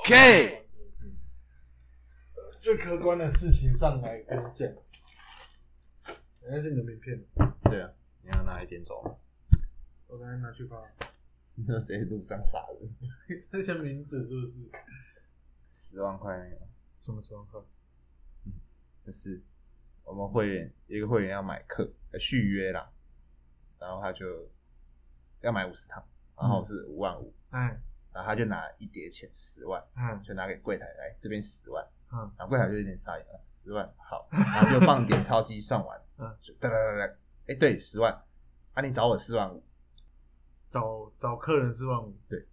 OK。 最客观的事情上来跟你讲，那是你的名片。 对啊，你要哪一天走吗？ 我刚才拿去发。 那在路上傻人。 那些名字是不是 10万块那个？ 什么10万块？ 就是我们会员一个会员要买课续约啦，然后他就要买50堂，然后是5万5，然后他就拿一叠钱10万，就拿给柜台来这边10万，然后柜台就有点傻眼了，10万好，然后就放点钞机算完，就哒哒哒哒，对10万，啊你找我4万5， 找客人4万5， 对，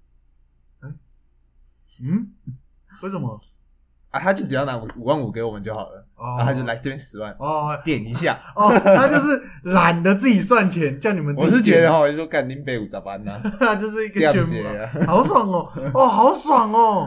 为什么？ 啊，他就只要拿5万5给我们就好了，然后他就来这边10万，点一下， 他就是懒得自己算钱，叫你们自己。 我是觉得我就说干林北50班呐， 他就是一个炫目啊， 好爽哦，好爽哦，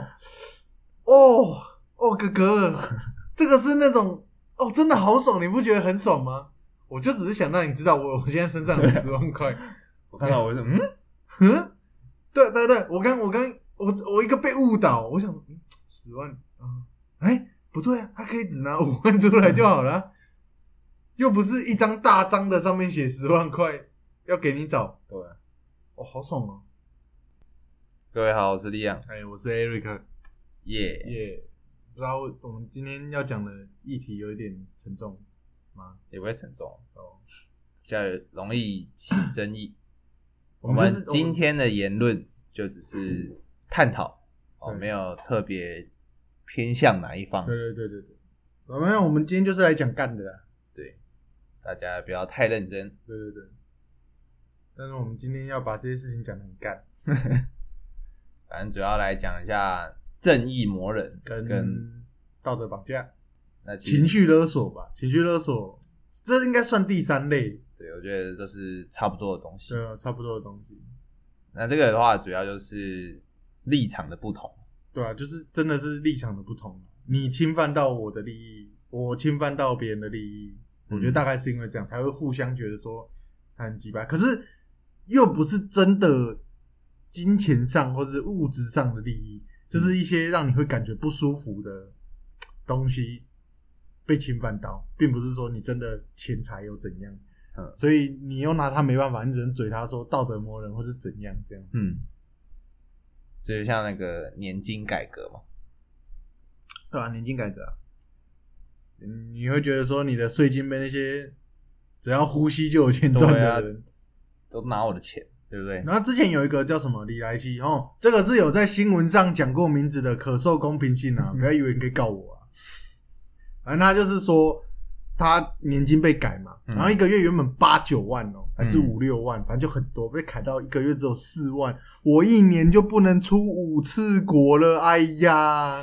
哥哥，这个是那种真的好爽，你不觉得很爽吗？我就只是想让你知道我现在身上有10万块， 我看到我就对，我一个被误导，我想10万不对啊，他可以只拿5万出来就好了，又不是一张大张的上面写10万块要给你找， 对， 好爽哦！ 各位好，我是利昂， 我是 Eric， 耶， 不知道我们今天要讲的议题有一点沉重吗？ 也不会沉重比较容易起争议。我们们今天的言论就只是探讨，没有特别偏向哪一方。 对，我们今天就是来讲干的啦。 对，大家不要太认真。 对，但是我们今天要把这些事情讲得很干。 反正主要来讲一下正义魔人跟道德绑架， 那情绪勒索吧，情绪勒索这应该算第3类。 对，我觉得都是差不多的东西。 对啊，差不多的东西。 那这个的话，主要就是立场的不同。对啊，就是真的是立场的不同。你侵犯到我的利益，我侵犯到别人的利益，我觉得大概是因为这样才会互相觉得说很鸡掰。可是又不是真的金钱上或是物质上的利益，就是一些让你会感觉不舒服的东西被侵犯到，并不是说你真的钱财又怎样。所以你又拿他没办法，你只能嘴他说道德魔人或是怎样这样子。 就像那个年金改革嘛， 对啊，年金改革啊，你会觉得说你的税金被那些只要呼吸就有钱赚的人， 都拿我的钱，对不对？ 然后之前有一个叫什么李来希这个是有在新闻上讲过名字的，可受公平性啊，不要以为你可以告我啊。反正他就是说他年金被改嘛，然后一个月原本8、9万还是5、6万，反正就很多，被改到一个月只有4万，我一年就不能出5次国了，哎呀，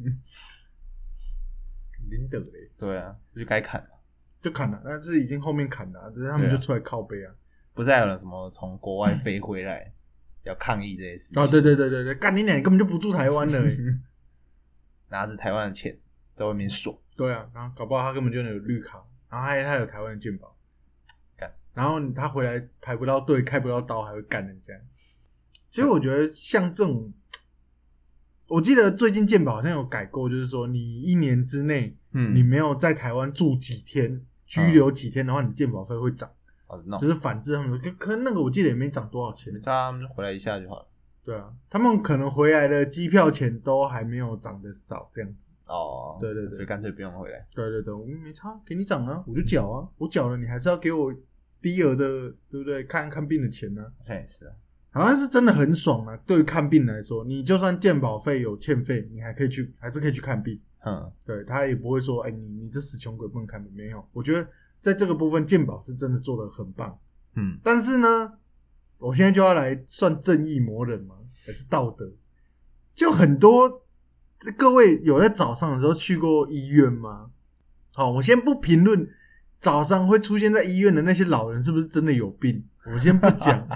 领得嘞， 对啊，就该砍了， 就砍了，但是已经后面砍了，只是他们就出来靠背啊， 不是还有人什么从国外飞回来要抗议这些事情？ 对，干你娘，你根本就不住台湾了拿着台湾的钱在外面爽。 对啊，然后搞不好他根本就有绿卡，然后他有台湾的健保，然后他回来排不到队，开不到刀，还会干人家。其实我觉得像这种，我记得最近健保好像有改过，就是说你1年之内，你没有在台湾住几天，居留几天的话，你的健保费会涨，就是反制他们。可是那个我记得也没涨多少钱， 没差，他们就回来一下就好了。 对啊，他们可能回来的机票钱都还没有涨得少，这样子。对， 所以干脆不用回来。 对，我没差，给你涨啊，我就缴啊，我缴了，你还是要给我低额的，对不对？看病的钱呢？ 好像也是啊， 好像是真的很爽啊。对于看病来说，你就算健保费有欠费，你还是可以去看病。对，他也不会说，你这死穷鬼不能看病，没有。我觉得在这个部分，健保是真的做得很棒。但是呢，我现在就要来算正义魔人吗？还是道德？就很多。各位有在早上的时候去过医院吗？我先不评论早上会出现在医院的那些老人是不是真的有病，我先不讲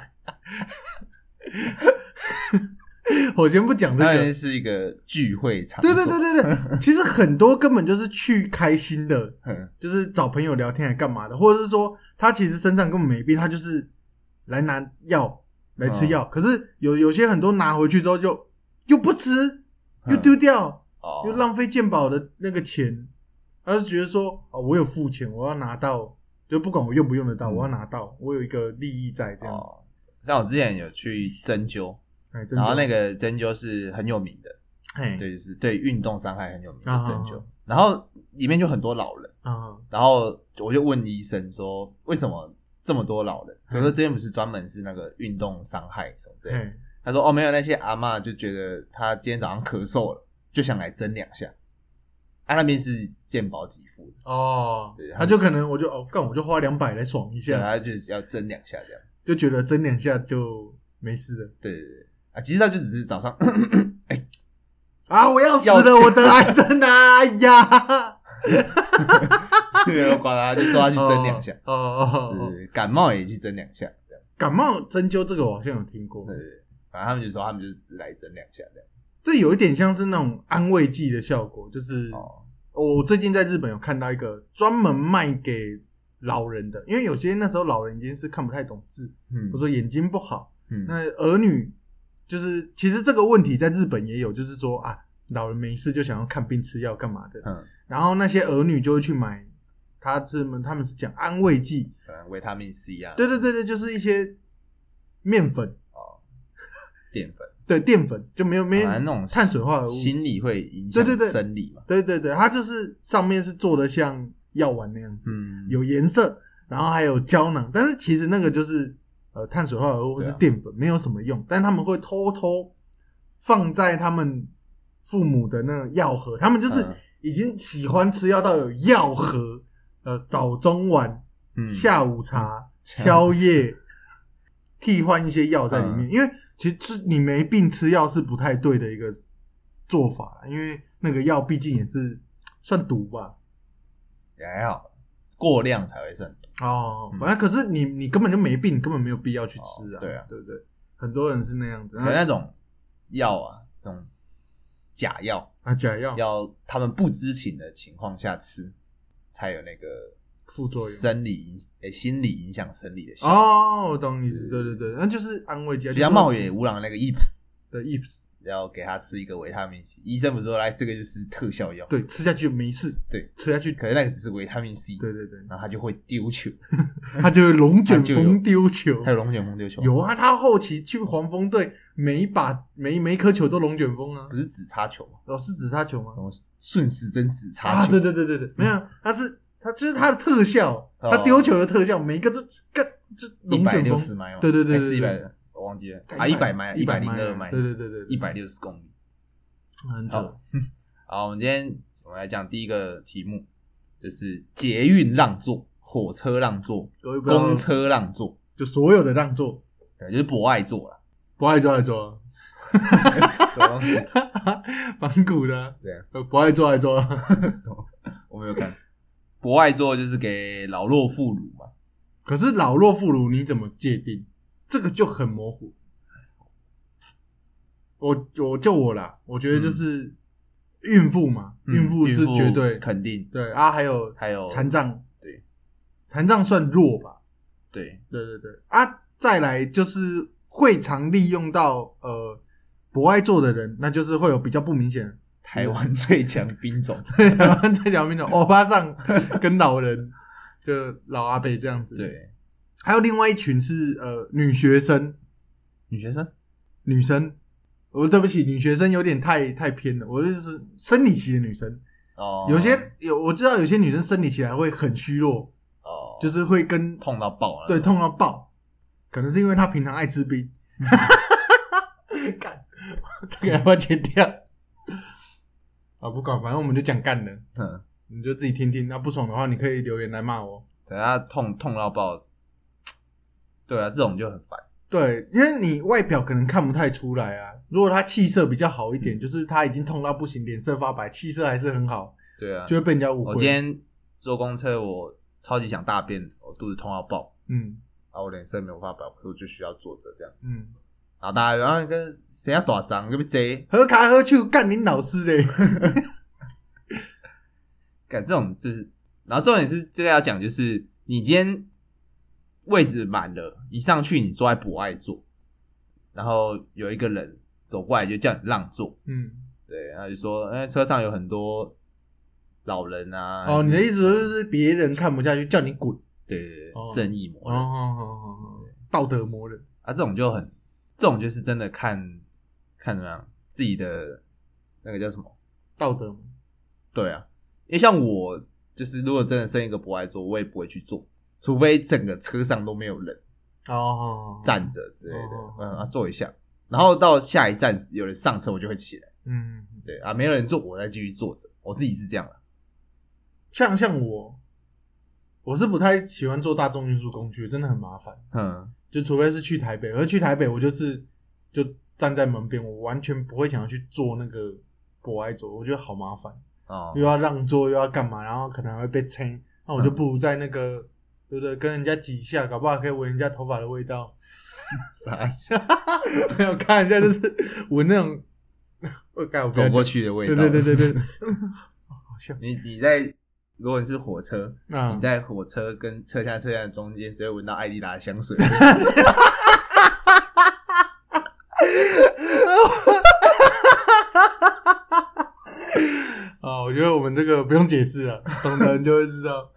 我先不讲这个， 那是一个聚会场所。对，其实很多根本就是去开心的，就是找朋友聊天还干嘛的，或者是说他其实身上根本没病，他就是来拿药来吃药，可是有些很多拿回去之后就又不吃， 又丢掉，又浪费健保的那个钱，他就觉得说我有付钱，我要拿到，就不管我用不用得到，我要拿到，我有一个利益在这样子。 像我之前有去针灸，然后那个针灸是很有名的，对，就是对运动伤害很有名的针灸，然后里面就很多老人，然后我就问医生说为什么这么多老人？他说这边不是专门是那个运动伤害什么之类的。他说没有，那些阿嬷就觉得他今天早上咳嗽了，就想来针2下。那边是健保给付的对，他就可能我就花200来爽一下， 对，他就是要针2下这样， 就觉得针2下就没事了。 对其实他就只是早上我要死了，我得癌症啊！哎呀， 这个刮他就说他去针2下，对，感冒也去针2下，这样。 感冒针灸这个我好像有听过， 对，反正他们就说他们就是只来针2下这样。 这有一点像是那种安慰剂的效果，就是我最近在日本有看到一个专门卖给老人的，因为有些那时候老人已经是看不太懂字，或者说眼睛不好，那儿女就是其实这个问题在日本也有，就是说老人没事就想要看病吃药干嘛的，然后那些儿女就会去买，他们是讲安慰剂， 可能维他命 C 啊， 对，就是一些面粉淀粉。 对，淀粉就没有那种碳水化合物， 心理会影响生理嘛？ 对，它就是上面是做的像药丸那样子，有颜色，然后还有胶囊，但是其实那个就是碳水化合物或是淀粉，没有什么用，但他们会偷偷放在他们父母的那个药盒，他们就是已经喜欢吃药到有药盒，早中晚、下午茶、宵夜，替换一些药在里面，因为其实你没病吃药是不太对的一个做法，因为那个药毕竟也是算毒吧， 也还好，过量才会算毒反正可是你根本就没病，你根本没有必要去吃啊， 对啊， 对不对？很多人是那样子， 可那种药那种假药假药要他们不知情的情况下吃，才有那个副作用， 心理影响生理的效果。 我懂意思，对，那就是安慰剂， 比较冒也无朗那个 EPS， 对 EPS， 要给他吃一个维他命 C， 医生不是说来这个就是特效药， 对，吃下去没事， 对， 吃下去， 可是那个只是维他命 C， 对， 然后他就会丢球， 他就会龙卷风丢球， 还有龙卷风丢球， 有啊，他后期去黄蜂队每一颗球都龙卷风啊， 不是只插球吗？ 是只插球吗？ 什么顺时针只插球？ 对，没有，他就是他的特效，他丢球的特效，每一个就龙卷风 160迈， 对， 是100，我忘记了100迈，102迈， 对 ，160公里， 很扯。 好，我们来讲第一个题目，就是捷运让座、火车让座、公车让座， 就所有的让座， 对，就是博爱座啦， 博爱座， 什么东西？ 仿古的， 这样， 博爱座， 我没有看。博爱座就是给老弱妇孺嘛， 可是老弱妇孺你怎么界定？这个就很模糊。我啦，我觉得就是孕妇嘛，孕妇是绝对肯定， 对啊，还有残障， 对， 残障算弱吧？ 对啊，再来就是会常利用到博爱座的人，那就是会有比较不明显。 台湾最强兵种， 台湾最强兵种，欧巴桑跟老人，就老阿伯这样子。 对， 还有另外一群是女学生，女生，对不起，女学生有点太偏了，我就是生理期的女生。我知道有些女生生理期来会很虚弱，就是会痛到爆了， 对，痛到爆，可能是因为她平常爱吃冰。干，这个要不要剪掉？不管，反正我们就讲干了。你就自己听听，那不爽的话，你可以留言来骂我。 等下痛到爆，对啊，这种就很烦。 对，因为你外表可能看不太出来啊。如果他气色比较好一点，就是他已经痛到不行，脸色发白，气色还是很好， 对啊， 就会被人家误会。 我今天坐公车，我超级想大便，我肚子痛到爆，我脸色没有办法表现，我就需要坐着这样，然后大家跟谁要大张，跟谁喝卡喝酒干你老师嘞， 干这种是，然后重点是这个要讲，就是你今天位置满了，一上去你坐在博爱座，然后有一个人走过来就叫你让座， 对，然后就说车上有很多老人啊。 哦，你的意思就是别人看不下去叫你滚。 对，正义魔人。 道德魔人啊，这种就是真的看怎么样自己的那个叫什么道德。 对啊，因为像我就是如果真的剩一个博爱座，我也不会去坐，除非整个车上都没有人站着之类的，坐一下，然后到下一站有人上车我就会起来。对啊，没有人坐我再继续坐着，我自己是这样的。 像我是不太喜欢坐大众运输工具，真的很麻烦。就除非是去台北，而去台北我就站在门边，我完全不会想要去坐那个博爱座，我觉得好麻烦。又要让座又要干嘛，然后可能还会被撑，那我就不如在那个对不对，跟人家挤一下，搞不好可以闻人家头发的味道。 傻笑， 没有看一下，就是闻那种走过去的味道。 对， 好像你在如果你是火车，你在火车跟车厢中间，只会闻到艾迪达的香水。 我觉得我们这个不用解释了，懂的人就会知道。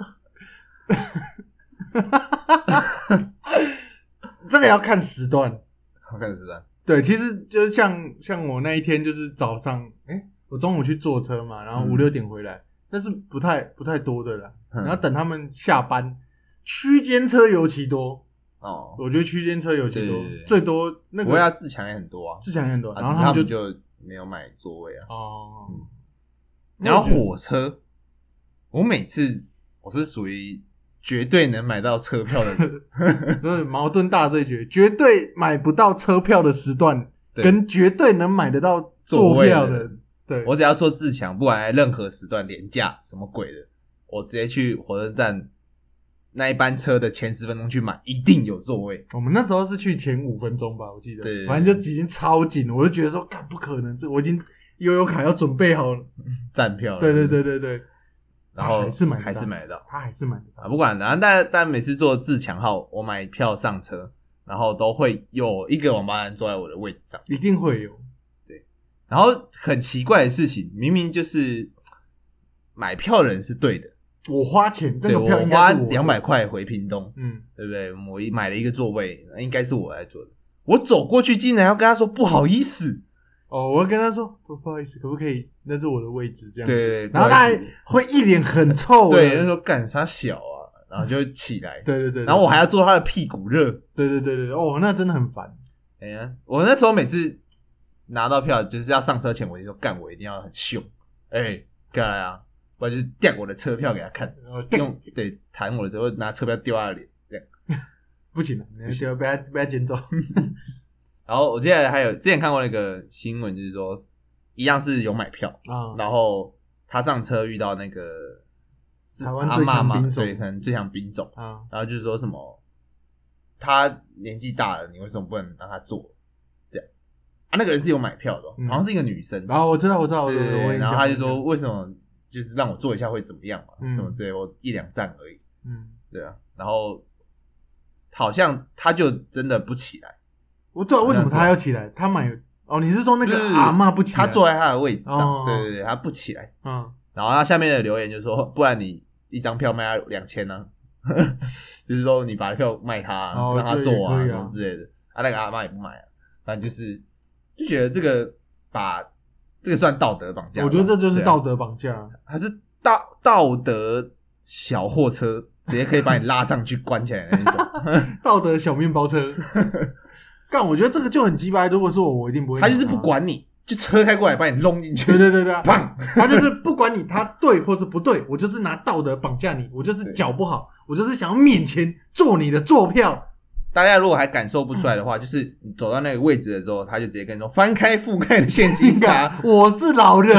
这个要看时段，对，其实就是像我那一天就是早上，我中午去坐车嘛，然后5-6点回来，但是不太多的啦。然后等他们下班，区间车尤其多。我觉得区间车尤其多，对，最多那个。 不会自强也很多啊， 然后他们就没有买座位啊。然后火车，我每次我是属于绝对能买到车票的人， 就是矛盾大对决，绝对买不到车票的时段，跟绝对能买得到座票的。对， 我只要坐自强，不管任何时段廉价什么鬼的，我直接去火车站那一班车的前10分钟去买，一定有座位。 我们那时候是去前5分钟吧，我记得，对，反正就已经超紧，我就觉得说，不可能，我已经悠游卡要准备好了站票了。 对， 然后还是买得到，他还是买得到。 不管，然后但每次坐自强号，我买票上车，然后都会有一个王八蛋坐在我的位置上， 一定会有。 对，然后很奇怪的事情，明明就是买票的人是对的， 我花钱，这个票我花200块回屏东，对不对？我买了一个座位，应该是我来坐的，我走过去竟然要跟他说不好意思。 我要跟他说不好意思，可不可以？那是我的位置，这样子。 对， 然后他还会一脸很臭。 对，那时候干啥小啊，然后就起来。 对， 然后我还要坐他的屁股热。 对，那真的很烦。 我那时候每次拿到票就是要上车前，我就说干，我一定要很凶，过来啊，不然就是掉我的车票给他看，弹我的车票，拿车票丢他的脸，这样不行了，你要被他捡走。 然后我记得还有之前看过那个新闻，就是说一样是有买票，然后他上车遇到那个台湾最强兵种， 对，可能最强兵种，然后就是说什么他年纪大了，你为什么不能让他坐？这样那个人是有买票的，好像是一个女生。 然后我知道， 对，然后他就说为什么就是让我坐一下会怎么样嘛？什么之类，我1-2站而已。对啊，然后好像他就真的不起来。 我知道为什么他要起来，他买你是说那个阿嬷不起来， 他坐在他的位置上，对，他不起来。然后他下面的留言就说，不然你一张票卖他2000呢？就是说你把票卖他，让他坐啊什么之类的。那个阿嬷也不买啊，反正就觉得这个算道德绑架。 我觉得这就是道德绑架， 还是道德小货车，直接可以把你拉上去关起来的那种。 道德小面包车。干，我觉得这个就很鸡掰。如果是我一定不会。 他就是不管你，就车开过来把你弄进去。 对，砰！他就是不管你，他对或是不对，我就是拿道德绑架你，我就是脚不好，我就是想要面前坐你的坐票。 大家如果还感受不出来的话，就是你走到那个位置的时候，他就直接跟你说翻开覆盖的现金卡， 我是老人。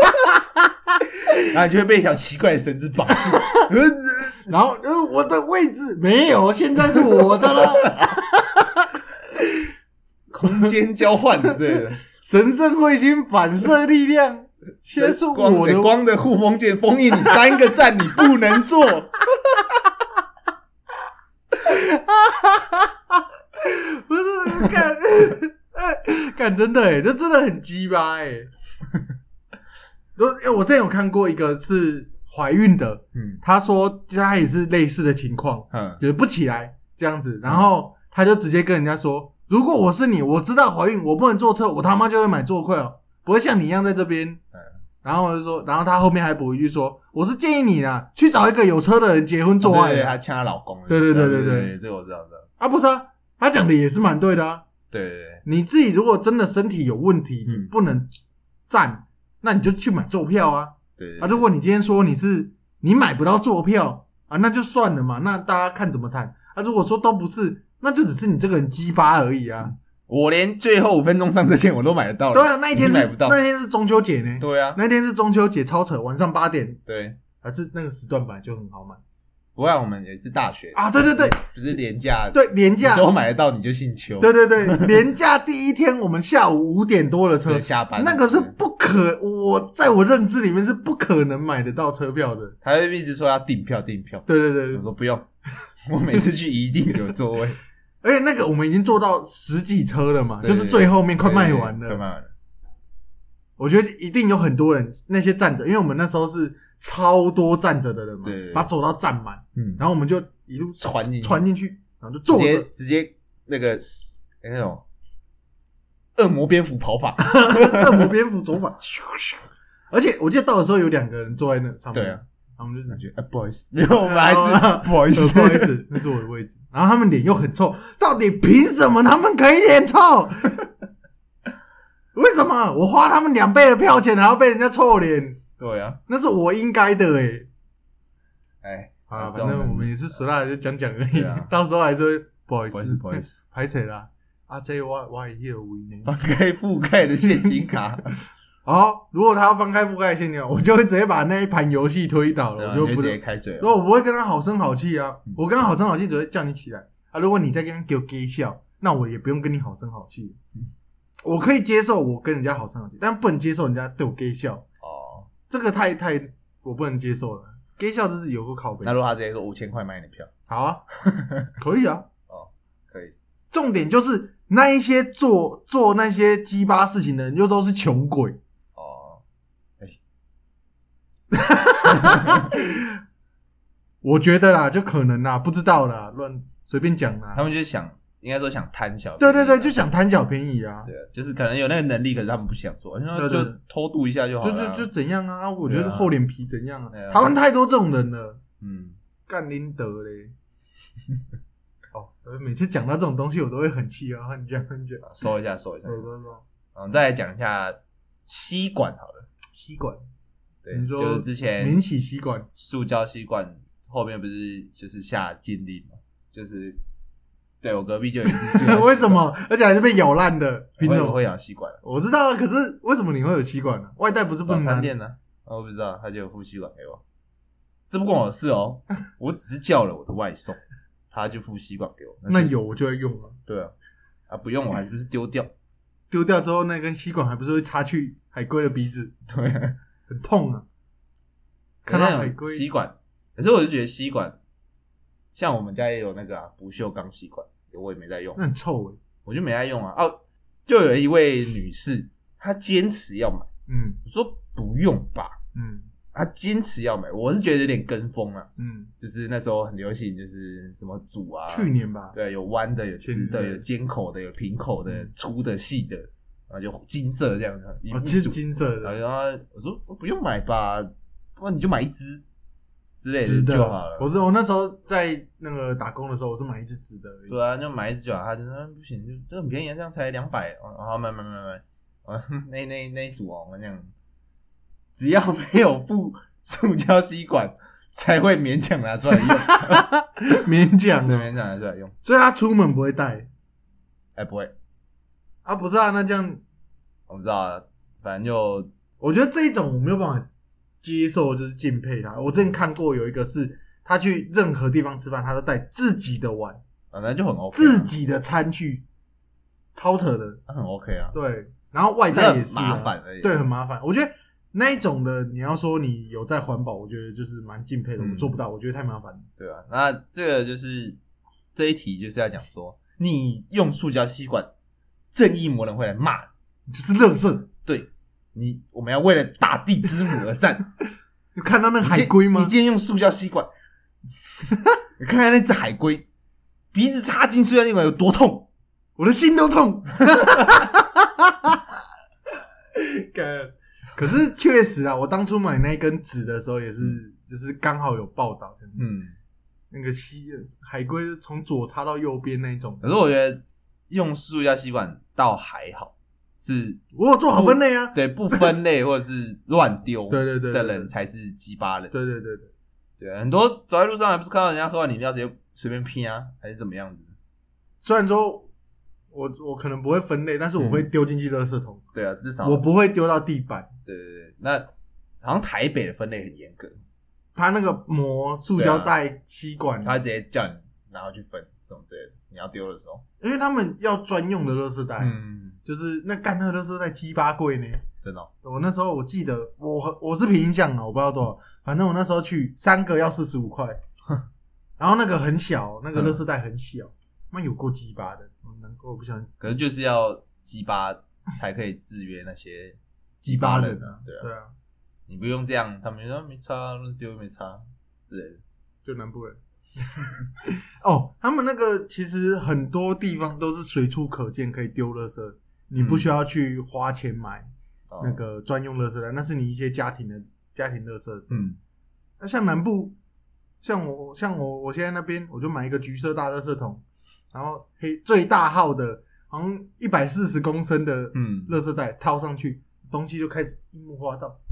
然后你就会被一条奇怪的绳子绑住。 然后我的位置没有，现在是我的了。 空间交换之类的， 神圣彗星反射力量，现在是我的光的护封剑封印你3个站，你不能坐。 不是干真的这真的很鸡巴我之前有看过一个是怀孕的，他说他也是类似的情况，就是不起来这样子，然后他就直接跟人家说，如果我是你，我知道怀孕我不能坐车，我他妈就会买座位哦，不会像你一样在这边。然后我就说，然后他后面还补一句说，我是建议你啦，去找一个有车的人结婚做爱。 对，他呛她老公。 对， 这个我知道。 啊，不是啊，他讲的也是蛮对的啊。 对， 你自己如果真的身体有问题，你不能站，那你就去买座票啊。 对啊，如果你今天说你买不到座票啊，那就算了嘛，那大家看怎么谈啊。如果说都不是，那就只是你这个人鸡巴而已啊。 我连最后5分钟上车前我都买得到了。 对啊，那一天是中秋节呢。 对啊， 那天是中秋节，超扯，晚上8点。 对， 还是那个时段本来就很好买。 不然我们也是大学啊，对， 不是连假， 对连假， 你说买得到你就姓邱。 对，连假第一天我们下午5点多的车下班， 那个是在我认知里面是不可能买得到车票的。 他会一直说要订票， 对， 我说不用，我每次去一定有座位。 而且那个我们已经坐到10几车了嘛，就是最后面快卖完了。我觉得一定有很多人那些站着，因为我们那时候是超多站着的人嘛，把走道站满，然后我们就一路传进去，然后就坐着， 直接那个那种恶魔蝙蝠跑法， 恶魔蝙蝠走法，而且我记得到的时候有2个人坐在那上面， 对啊。 我们就感觉不好意思，没有，我们还是不好意思， 那是我的位置。然后他们脸又很臭，到底凭什么他们可以脸臭？为什么我花他们2倍的票钱，还要被人家臭脸？对啊，那是我应该的好，反正我们也是俗辣的，就讲而已。到时候还是会不好意思，拍谁啦？这我也有为呢， 翻开覆盖的现金卡。 好，如果他要翻开覆盖现金，我就会直接把那一盘游戏推倒了，我就直接开嘴了。 如果我不会跟他好声好气啊，我跟他好声好气只会叫你起来啊。如果你再跟他给我给笑，那我也不用跟你好声好气。我可以接受我跟人家好声好气，但不能接受人家对我给笑。哦，这个太我不能接受了。给笑就是有个拷贝。 那如果他直接说5000块买你的票， 好啊，可以啊。 哦，可以。 重点就是那一些做那些鸡巴事情的人，又都是穷鬼。我觉得啦，就可能啦，不知道啦，乱随便讲啦。 他们就应该说想贪小便宜。 对，就想贪小便宜啊。 对，就是可能有那个能力，可是他们不想做，就偷渡一下就好了。 就怎样啊？我觉得厚脸皮怎样啊？台湾太多这种人了。干拎得嘞。每次讲到这种东西，我都会很气啊！很讲。 收一下。再来讲一下吸管好了。 吸管。 对，就是之前免洗吸管， 塑胶吸管后面不是就是下禁令嘛？就是对我隔壁就有一只塑胶为什么？而且还是被咬烂的，凭什么会咬吸管？ 我知道啊，可是为什么你会有吸管呢？外带不是不能早餐店呢？我不知道，他就有附吸管给我，这不关我的事哦，我只是叫了我的外送，他就附吸管给我。 那有我就会用了。 对啊，不用我还是不是丢掉？ 丢掉之后那根吸管还不是会插去海龟的鼻子？ 对啊。 很痛啊！看到海龟吸管，可是我就觉得吸管，像我们家也有那个不锈钢吸管，我也没在用， 那很臭我就没在用啊。就有一位女士，她坚持要买，我说不用吧，她坚持要买，我是觉得有点跟风啊，就是那时候很流行，就是什么煮啊， 去年吧， 对，有弯的，有直的，有尖口的，有平口的，粗的，细的。然后就金色这样子， 其实金色的。 然后我说不用买吧，不然你就买一支之类的就好了。 我那时候在那个打工的时候，我是买一支直的而已。 对啊，就买一支就好。他就说不行，就这很便宜，这样才200。好，买。那一组我们这样，只要没有附塑胶吸管，才会勉强拿出来用。 勉强拿出来用。 所以他出门不会带？ 不会。 不是啊，那这样我不知道啊，反正就我觉得这一种我没有办法接受，就是敬佩他。我之前看过有一个是他去任何地方吃饭，他都带自己的碗， 那就很 OK， 自己的餐具，超扯的， 很 OK 啊。 对，然后外带也是麻烦而已， 对，很麻烦。我觉得那一种的，你要说你有在环保，我觉得就是蛮敬佩的。我做不到，我觉得太麻烦了。 对啊，那这个就是这一题就是要讲说，你用塑胶吸管。正义魔人会来骂， 就是垃圾。 对， 我们要为了大地之母而战。 你看到那个海龟吗？ 你今天用塑胶吸管，你看看那只海龟鼻子插进塑胶吸管有多痛， 我的心都痛。可是确实啊，我当初买那根纸的时候也是，就是刚好有报道，那个海龟从左插到右边那种。 可是我觉得用塑胶吸管倒还好，是我有做好分类啊， 对，不分类或者是乱丢对的人才是鸡巴人。 对， 对，很多走在路上还不是看到人家喝完饮料直接随便拼啊，还是怎么样子？ 虽然说我可能不会分类，但是我会丢进去垃圾桶。 对啊，至少我不会丢到地板。 对，那好像台北的分类很严格， 他那个磨塑胶袋吸管， 他直接叫你拿回去分什么之类的，你要丢的时候， 因为他们要专用的垃圾袋，就是那干那垃圾袋鸡巴贵呢， 真的。 我那时候我记得我是凭印象啊，我不知道多少，反正我那时候去3个要45块，然后那个很小，那个垃圾袋很小，那有够鸡巴的，难怪我不喜欢。 可是就是要鸡巴才可以制约那些鸡巴人啊，对啊，你不用这样，他们说没差，乱丢没差之类的， 就南部人。哦，他们那个其实很多地方都是随处可见可以丢垃圾，你不需要去花钱买那个专用垃圾袋，那是你一些家庭垃圾。那像南部，像我现在那边，我就买一个橘色大垃圾桶，然后最大号的，好像140公升的垃圾袋套上去，东西就开始樱木花道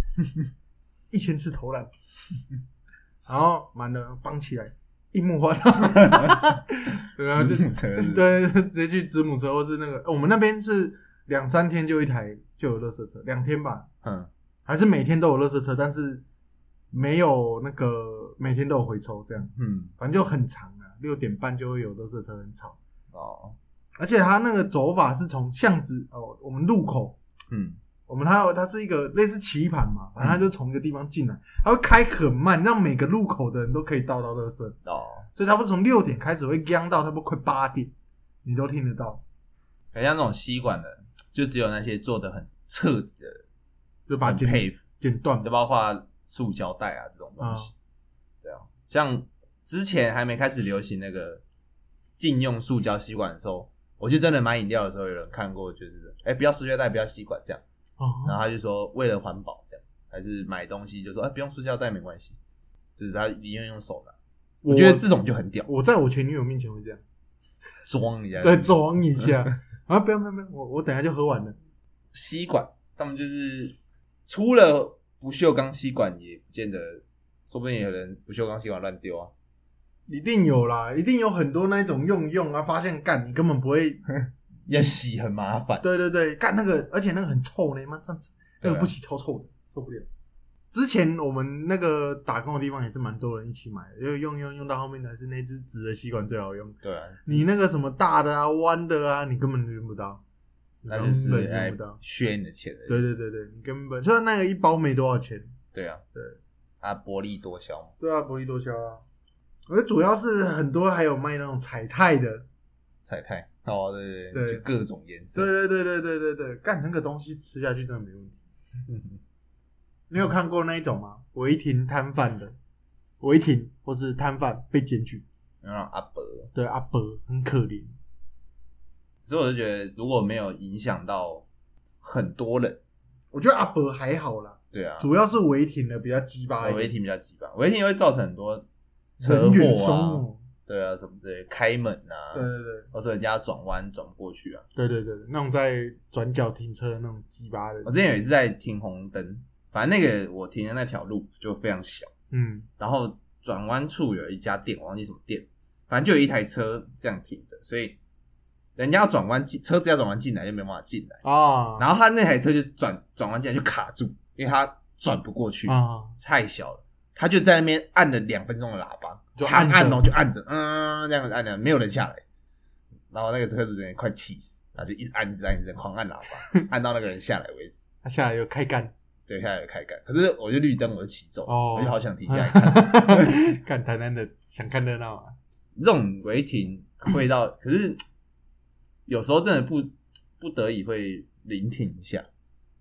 ，1000次投篮，然后满了绑起来。樱木花道，然后子母车对，直接去子母车，或是那个我们那边是2-3天就一台就有垃圾车，2天吧，还是每天都有垃圾车，但是没有那个每天都有回抽这样，反正就很长啊，6点半就会有垃圾车，很吵哦，而且它那个走法是从巷子我们路口，它是一个类似棋盘嘛，反正它就从一个地方进来，它会开很慢，让每个路口的人都可以倒到垃圾所以差不多从6点开始会降到差不多快8点，你都听得到。 很像那种吸管的，就只有那些做的很彻底的人， 就把它佩服剪断， 就包括塑胶袋啊这种东西。对啊，像之前还没开始流行那个禁用塑胶吸管的时候，我去真的买饮料的时候，有人看过，就是不要塑胶袋，不要吸管这样。然后他就说为了环保这样，还是买东西就说不用塑胶袋没关系，就是他宁愿用手拿。我觉得这种就很屌。 我在我前女友面前会这样装一下， 对，装一下啊！不要，我等一下就喝完了。 吸管，他们就是除了不锈钢吸管，也不见得，说不定有人不锈钢吸管乱丢啊。 一定有啦，一定有很多那种用啊，发现干你根本不会。 要洗很麻烦， 对，干那个，而且那个很臭呢，妈这样子，那个不洗超臭的，受不了。之前我们那个打工的地方也是蛮多人一起买的，因为用到后面还是那只纸的吸管最好用。 对啊， 你那个什么大的啊、弯的啊，你根本用不到， 那就是用不到，削你的钱而已。 对，你根本就那个一包没多少钱。 对啊，薄利多销嘛。 对啊，薄利多销啊。我觉得主要是很多还有卖那种彩泰的。 彩泰。对，就各种颜色。 对，干那个东西吃下去真的没问题。你有看过那一种吗？违停摊贩的，违停或是摊贩被检举， 那种阿伯， 对阿伯很可怜。 所以我就觉得，如果没有影响到很多人， 我觉得阿伯还好啦。 对啊， 主要是违停的比较鸡巴一点， 违停比较鸡巴，违停会造成很多车祸啊。对啊，什么之类开门啊， 对， 或是人家转弯转不过去啊， 对，那种在转角停车的那种鸡巴的。 我之前有一次在停红灯，反正那个我停的那条路就非常小，然后转弯处有一家店，我忘记什么店，反正就有一台车这样停着，所以人家要转弯车子要转弯进来就没办法进来然后他那台车就转弯进来就卡住，因为他转不过去太小了，他就在那边按了2分钟的喇叭。长按就按着，这样按着，没有人下来，然后那个车子人快气死，然后就一直按，狂按喇叭，按到那个人下来为止。 他下来又开干， 对，下来又开干。可是我就绿灯，我就骑走，我就好想停下来看， 看台南的想看热闹啊。 这种违停会到，可是有时候真的不得已会临停一下，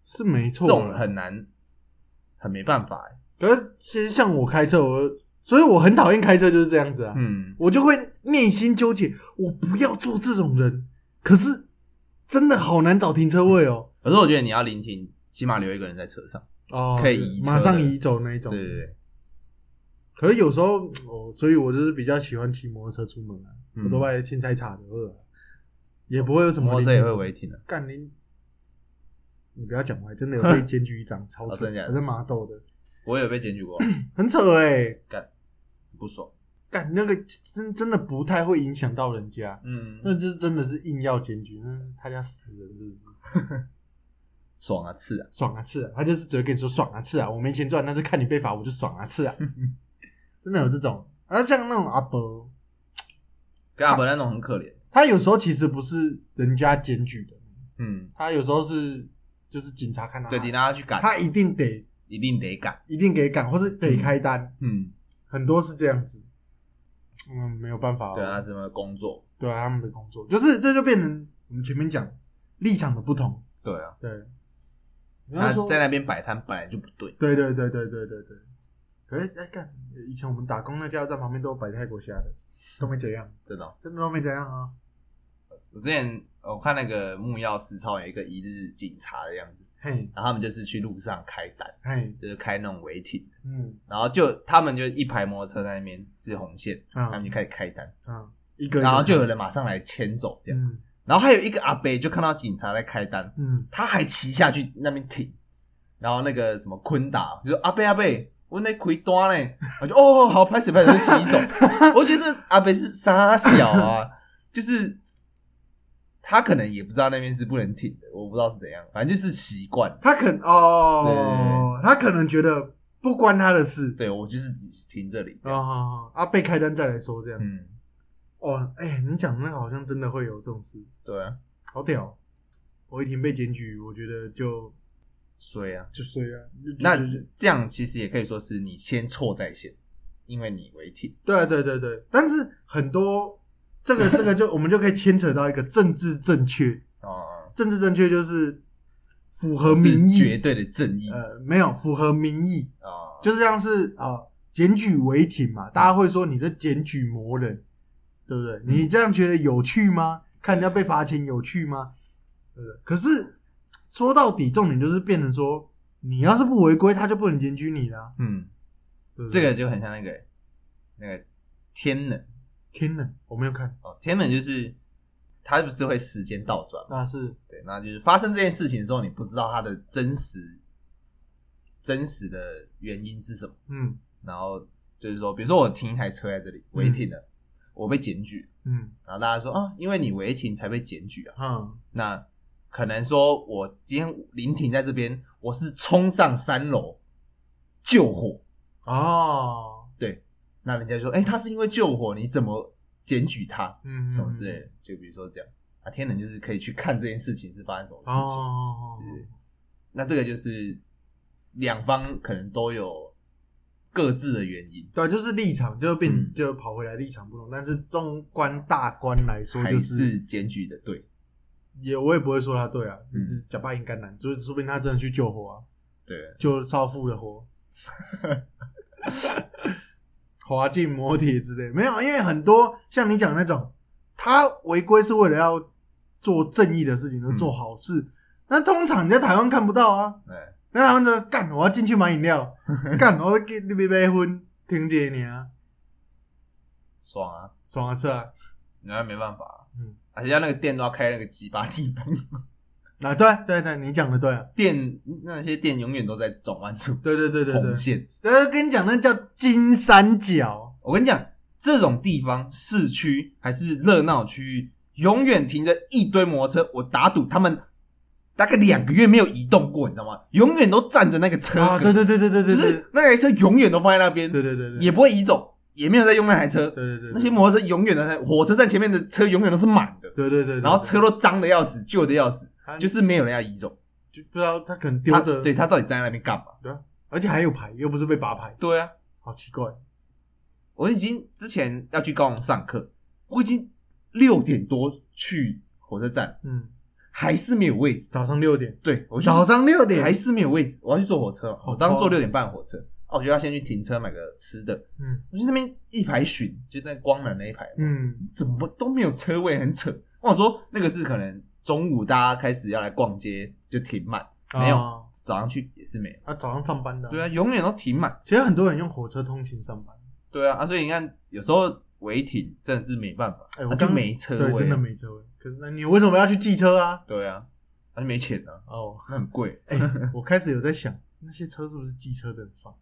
是没错， 这种很难，很没办法可是其实像我开车，所以我很讨厌开车就是这样子啊。我就会内心纠结，我不要做这种人。可是真的好难找停车位哦。 可是我觉得你要临停，起码留一个人在车上，可以移车， 马上移走那一种。 对对对。 可是有时候所以我就是比较喜欢骑摩托车出门啊。我都把青菜插的也不会有什么。 摩托车也会违停的。 干你不要讲，我还真的有被检举一张，超扯，我在麻豆的。 我有被检举过， 很扯干不爽。 干那个真的不太会影响到人家，那就是真的是硬要检举，那是他家死人是不是？ 爽啊刺啊， 爽啊刺啊，他就是只会跟你说爽啊刺啊，我没钱赚，但是看你被罚我就爽啊刺啊，真的有这种。像那种阿伯， 跟阿伯那种很可怜， 他有时候其实不是人家检举的，他有时候是就是警察看到他， 对，警察去赶， 他一定得赶，一定给赶，或是得开单，很多是这样子。没有办法。 对啊，他是他们的工作。 对啊，他们的工作就是这就变成我们前面讲立场的不同。 对啊， 对。 他在那边摆摊本来就不对。 对。可是干，以前我们打工那加油站旁边都有摆泰国虾的，都没怎样。 真的都没怎样啊。 我之前我看那个木曜4超有一个一日警察的样子，然后他们就是去路上开单，就是开那种违停的，然后他们就一排摩托车在那边是红线，他们就开始开单，然后就有人马上来牵走这样，然后还有一个阿伯就看到警察在开单，他还骑下去那边停，然后那个什么坤达就说阿伯，我在开单嘞，我就好拍手就骑走，我觉得这阿伯是傻小啊，就是他可能也不知道那边是不能停的，我不知道是怎样，反正就是习惯。 他他可能觉得不关他的事， 对，我就是停这里。 被开单再来说这样。你讲那个好像真的会有这种事。 对啊， 好屌！我一停被检举，我觉得就衰啊。 那这样其实也可以说是你先错在先，因为你违停。 对，但是很多。这个就我们就可以牵扯到一个政治正确政治正确就是符合民意， 绝对的正义。 没有符合民意就是像是检举违停嘛，大家会说你这检举魔人，对不对？你这样觉得有趣吗？看人家被罚钱有趣吗？对不对？可是说到底，重点就是变成说，你要是不违规，他就不能检举你啦。对对这个就很像那个天能我没有看天能就是它不是会时间倒转吗？ 是对，那就是发生这件事情的时候，你不知道它的真实的原因是什么。然后就是说，比如说我停一台车在这里违停了，我被检举，然后大家说因为你违停才被检举啊。那可能说我今天临停在这边，我是冲上3楼救火对。那人家说他是因为救火，你怎么检举他什么之类的，就比如说这样天能就是可以去看这件事情是发生什么事情那这个就是两方可能都有各自的原因。 对，就是立场就跑回来立场不同，但是纵观大观来说， 还是检举的对。 我也不会说他对啊，就是假扮应该难，就是说不定他真的去救火对， 救少妇的火滑进摩铁之类，没有，因为很多像你讲那种，他违规是为了要做正义的事情，做好事，那通常你在台湾看不到啊。在台湾就干，我要进去买饮料，干，我要给你买烟，停一下尔，爽啊，吃啊， 那没办法，而且要那个店都要开那个几把地方。 对，你讲的对啊， 那些店永远都在转弯处， 对， 红线。 跟你讲，那叫金三角。 我跟你讲，这种地方市区还是热闹区域，永远停着一堆摩托车，我打赌他们大概2个月没有移动过，你知道吗？永远都站着那个车对， 就是那台车永远都放在那边， 对， 也不会移走。也没有在用那台车， 对， 那些摩托车永远都在火车站前面的车永远都是满的， 对， 然后车都脏的要死，旧的要死，就是没有人要移走， 就不知道他可能丢着， 对他到底站在那边干嘛？ 对啊，而且还有牌，又不是被拔牌， 对啊， 好奇怪。 我已经之前要去高雄上课，我已经6点多去火车站， 还是没有位置。 早上6点， 对， 早上6点还是没有位置。我要去坐火车，我当坐6点半火车。我就要先去停车买个吃的。我去那边一排巡，就在光南那一排。怎么都没有车位，很扯。我想说那个是可能中午大家开始要来逛街就停满，没有，早上去也是没有。 早上上班的。 对啊，永远都停满。 其实很多人用火车通勤上班。 对啊，所以你看有时候违停真的是没办法，就没车位。 对，真的没车位。可是那你为什么要去寄车啊？ 对啊，那就没钱啊。那很贵。 我开始有在想，那些车是不是寄车的人放？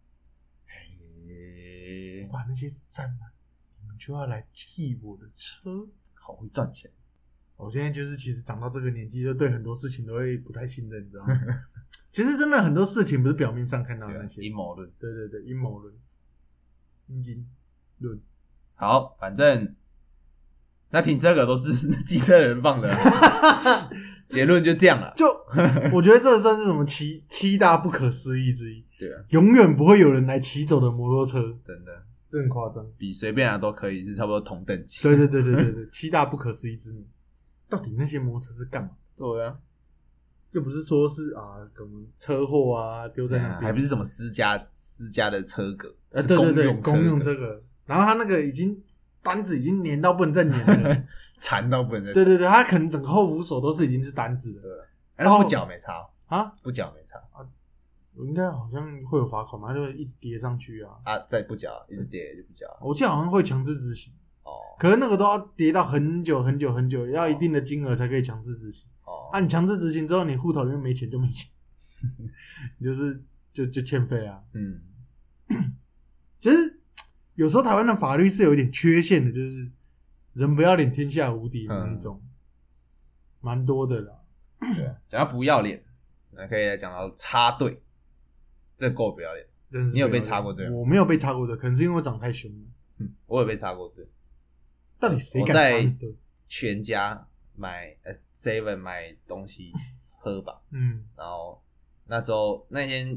哇，那些是站满，你们就要来替我的车， 好会赚钱。 我现在就是其实长到这个年纪，就对很多事情都会不太信任，你知道吗？其实真的很多事情不是表面上看到的那些阴谋论。 对，阴谋论、阴茎论。 好，反正那停车格都是机车的人放的，结论就这样了。 就我觉得这算是什么七大不可思议之一。 对啊， 永远不会有人来骑走的摩托车， 真的。 这很夸张， 比随便都可以是差不多同等级。 对，7大不可思议之谜，到底那些摩托车是干嘛？ 对啊， 又不是说是可能车祸啊丢在那边， 还不是什么私家的车格， 对，公用车格。然后他那个单子已经粘到不能再粘了， 缠到不能再缠。 对，他可能整个后扶手都是已经是单子了。 对，那不缴没差啊？ 不缴没差啊？ 我应该好像会有罚款嘛，就会一直叠上去啊。 再不缴，一直叠就不缴。 我记得好像会强制执行。可是那个都要叠到很久，要一定的金额才可以强制执行。你强制执行之后，你户头里面没钱就没钱，你就欠费啊。其实有时候台湾的法律是有一点缺陷的，就是人不要脸天下无敌的那种，蛮多的啦。 对啊，讲到不要脸，那可以来讲到插队。这够不要脸，你有被插过队吗？ 我没有被插过队，可能是因为我长太凶了。 我有被插过队。 到底谁敢插你队？ 我在全家买 7 买东西喝吧。然后那时候那间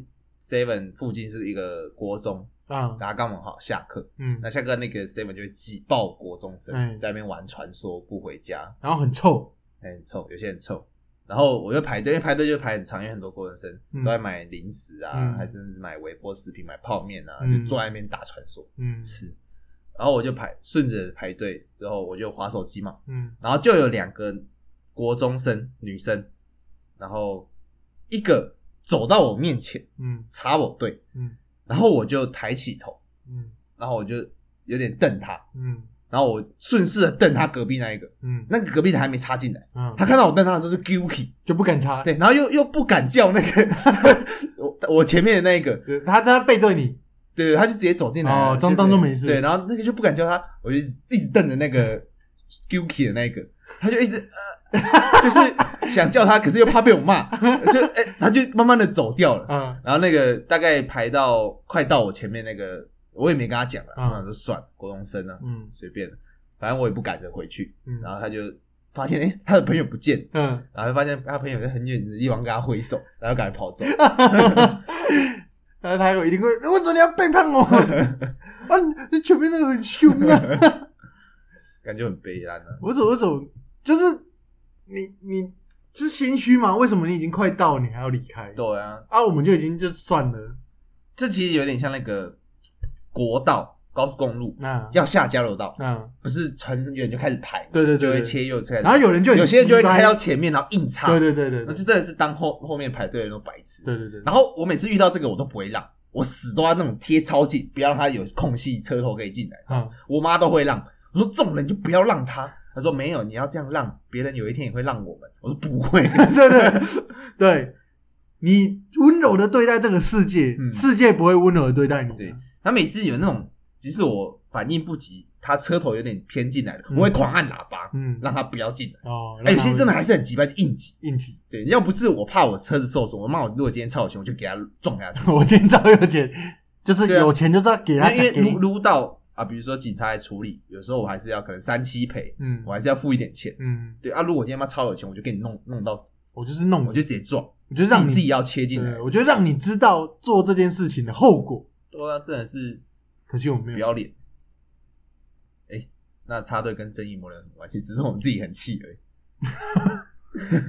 7 附近是一个国中大家刚好下课。那下课那个 7 就会挤爆国中生，在那边玩传说不回家， 然后很臭， 很臭，有些很臭。然后我就排队，因为排队就排很长，因为很多国中生都在买零食啊，还甚至买微波食品、买泡面啊，就坐在那边打传说吃。然后我就顺着排队之后，我就滑手机嘛，然后就有2个国中生女生，然后一个走到我面前，插我队，然后我就抬起头，然后我就有点瞪他，然后我顺势的瞪他隔壁那一个，那个隔壁的还没插进来，他看到我瞪他的时候就 guilty 就不敢插， 对，然后又不敢叫那个我前面的那一个， 他背对你， 对，他就直接走进来， 当作没事， 对，然后那个就不敢叫他，我就一直瞪着那个 guilty 的那个，他就一直就是想叫他，可是又怕被我骂，他就慢慢的走掉了，然后那个大概排到快到我前面那个。我也没跟他讲了，我想说算了，国中生啊，随便了，反正我也不赶着回去。然后他就发现，他的朋友不见，然后发现他朋友在很远的地方跟他挥手，然后赶快跑走。 然后他一定会，为什么你要背叛我？你前面那个很凶啊， 感觉很悲哀啊。 我怎么就是你是心虚吗？为什么你已经快到，你还要离开？ 对啊， 我们就已经就算了。 这其实有点像那个。国道高速公路要下交流道，不是很远就开始排， 对， 就会切右侧， 然后有些人就会开到前面，然后硬插， 对， 那就真的是当后面排队的人都白痴， 对。 然后我每次遇到这个我都不会让，我死都要那种贴超紧，不要让他有空隙车头可以进来。我妈都会让，我说这种人就不要让他，她说没有，你要这样让，别人有一天也会让我们。我说不会， 对，你温柔的对待这个世界，世界不会温柔的对待你。 对。他每次有那种，即使我反应不及，他车头有点偏进来了，我会狂按喇叭，让他不要进来。有些真的还是很急掰，就硬挤。对，要不是我怕我车子受损，我妈我如果今天超有钱，我就给他撞下去。 我今天超有钱，就是有钱就是要给他， 因为撸到比如说警察来处理，有时候我还是要可能3-7赔，我还是要付一点钱。对如果我今天妈超有钱，我就给你弄到， 我就是弄， 我就直接撞， 我就让你自己要切进来， 我就让你知道做这件事情的后果。 对啊，真的是， 可惜我没有不要脸。那插队跟正义魔人有什么关系？只是我们自己很气而已。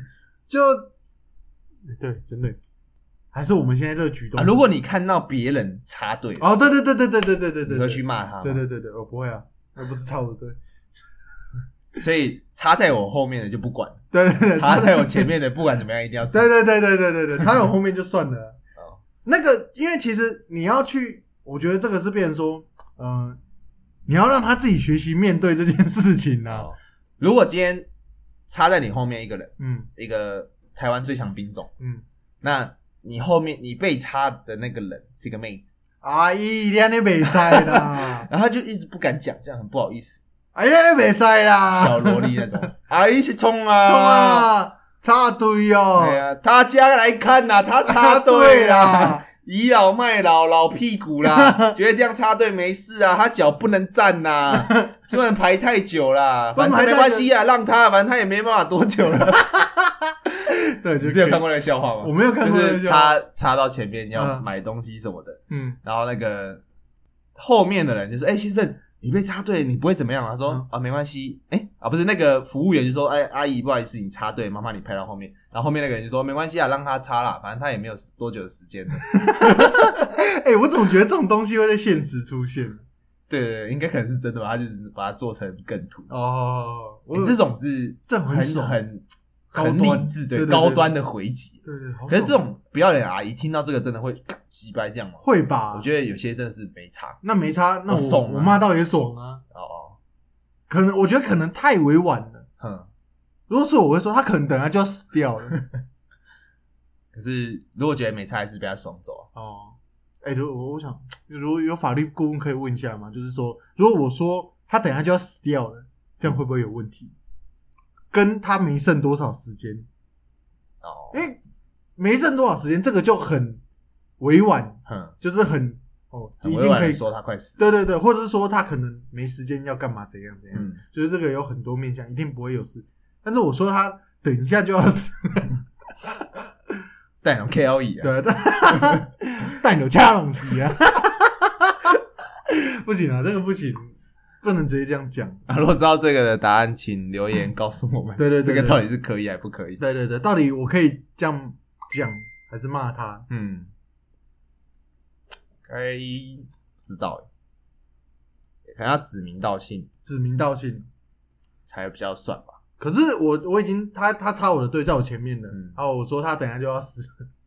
就对，真的。还是我们现在这个举动如果你看到别人插队， 对，你会去骂他吗？ 对，我不会啊，那不是插我队。 所以插在我后面的就不管， 对， 插在我前面的不管怎么样一定要对，插在我后面就算了。那个，因为其实你要去，我觉得这个是变成说，你要让他自己学习面对这件事情啊。 如果今天插在你后面一个人，一个台湾最强兵种，那你后面你被插的那个人是一个妹子， 阿姨，你安尼袂使啦， 然后他就一直不敢讲，这样很不好意思。 阿姨，你安尼袂使啦， 小萝莉那种，阿姨是冲啊， 冲啊，插队哦， 对啊，他家来看呐，他插队啦。倚老卖老，老屁股啦，觉得这样插队没事啊，他脚不能站呐，不能排太久啦，反正没关系啊，让他，反正他也没办法多久了。 对， 你有看过那个笑话吗？ 我没有看过， 就是他插到前面要买东西什么的，然后那个后面的人就说：“先生，你被插队，你不会怎么样啊？”他说：“没关系。”不是那个服务员就说：“阿姨，不好意思，你插队，麻烦你拍到后面。”然后后面那个人就说：“没关系啊，让他插啦，反正他也没有多久的时间。” 我怎么觉得这种东西会在现实出现？ 对，应该可能是真的吧，他就是把它做成梗图。这种是很理智的高端的回击。 对， 可是这种不要脸阿姨听到这个真的会鸡掰这样吗？ 会吧？ 我觉得有些真的是没差。 那没差，那我骂到也爽啊。可能我觉得可能太委婉了。如果是我会说他可能等下就要死掉了。 可是如果觉得没差，还是被他爽走啊。 我想如果有法律顾问可以问一下嘛，就是说如果我说他等下就要死掉了，这样会不会有问题？跟他没剩多少时间因为没剩多少时间这个就很委婉，就是很委婉的说他快死， 对，或者是说他可能没时间要干嘛怎样，就是这个有很多面向，一定不会有事。但是我说他等一下就要死， 带龙 KLE 啊，对，带龙掐龙西啊，不行啊，这个不行。不能直接这样讲如果知道这个的答案请留言告诉我们。 对， 这个到底是可以还不可以？ 对，到底我可以这样讲还是骂他？ 该知道可能要指名道姓才比较算吧。 可是我已经他插我的队在我前面了，然后我说他等一下就要死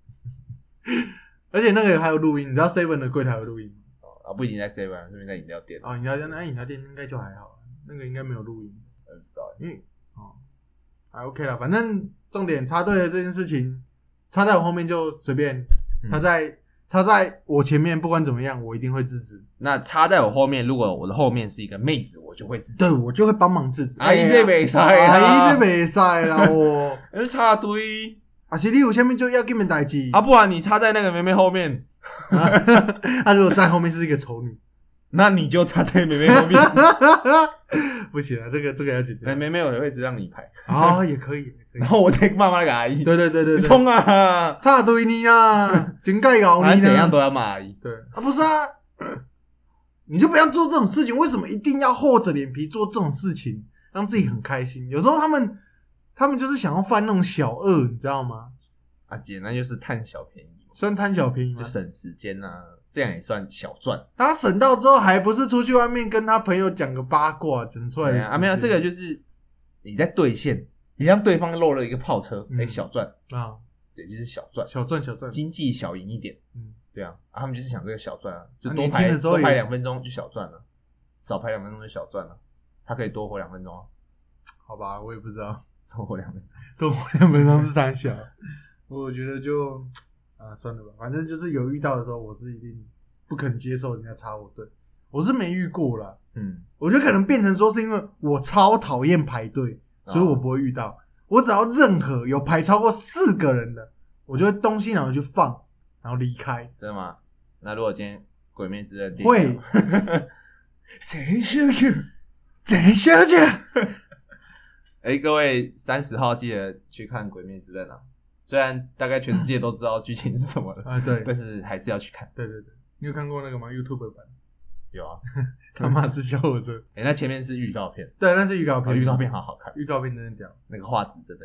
而且那个还有录音，你知道 Seven 的柜台有录音不一定在 Seven， 顺便在饮料店。 饮料店应该就还好，那个应该没有录音。 不知道， 因为还 OK 啦，反正重点插队的这件事情，插在我后面就随便，插在我前面，不管怎么样，我一定会制止。 那插在我后面，如果我的后面是一个妹子，我就会制止。 对，我就会帮忙制止。 阿姨这没塞啦，阿姨这没塞啦哦。 你插队， 是你有下面就要给你们代志不然你插在那个妹妹后面。 如果在后面是一个丑女， 那你就插在妹妹后面。 不行啊，这个要紧。 妹妹有人会只让你排也可以。 然后我再骂那个阿姨。 对， 冲啊！ 插队你啊，真该搞你啊！ 反正怎样都要骂阿姨。 对不是啊，你就不要做这种事情。为什么一定要厚着脸皮做这种事情，让自己很开心？有时候他们就是想要犯那种小恶，你知道吗？ 姐，那就是贪小便宜。 算贪小便宜吗？ 就省时间啊，这样也算小赚。 他省到之后，还不是出去外面跟他朋友讲个八卦，整出来的没有，这个就是你在兑现，你让对方漏了一个炮车，小赚对，就是小赚，经济小赢一点，对啊，他们就是想这个小赚就多排2分钟就小赚了，少排2分钟就小赚了，他可以多活2分钟好吧，我也不知道， 多活2分钟， 多活2分钟是三小，我觉得就。算了吧，反正就是有遇到的时候，我是一定不肯接受人家插我队，我是没遇过啦。我觉得可能变成说是因为我超讨厌排队，所以我不会遇到。我只要任何有排超过4个人的，我就会东西然后就放，然后离开。 真的吗？那如果今天鬼灭之刃会，谁小姐？ 各位30号记得去看鬼灭之刃啊！虽然大概全世界都知道剧情是什么了对， 但是还是要去看。 对，你有看过那个吗 ？YouTube 版有啊， 他妈是小火车。 那前面是预告片， 对，那是预告片， 预告片好好看， 预告片真的屌， 那个画质真的屌。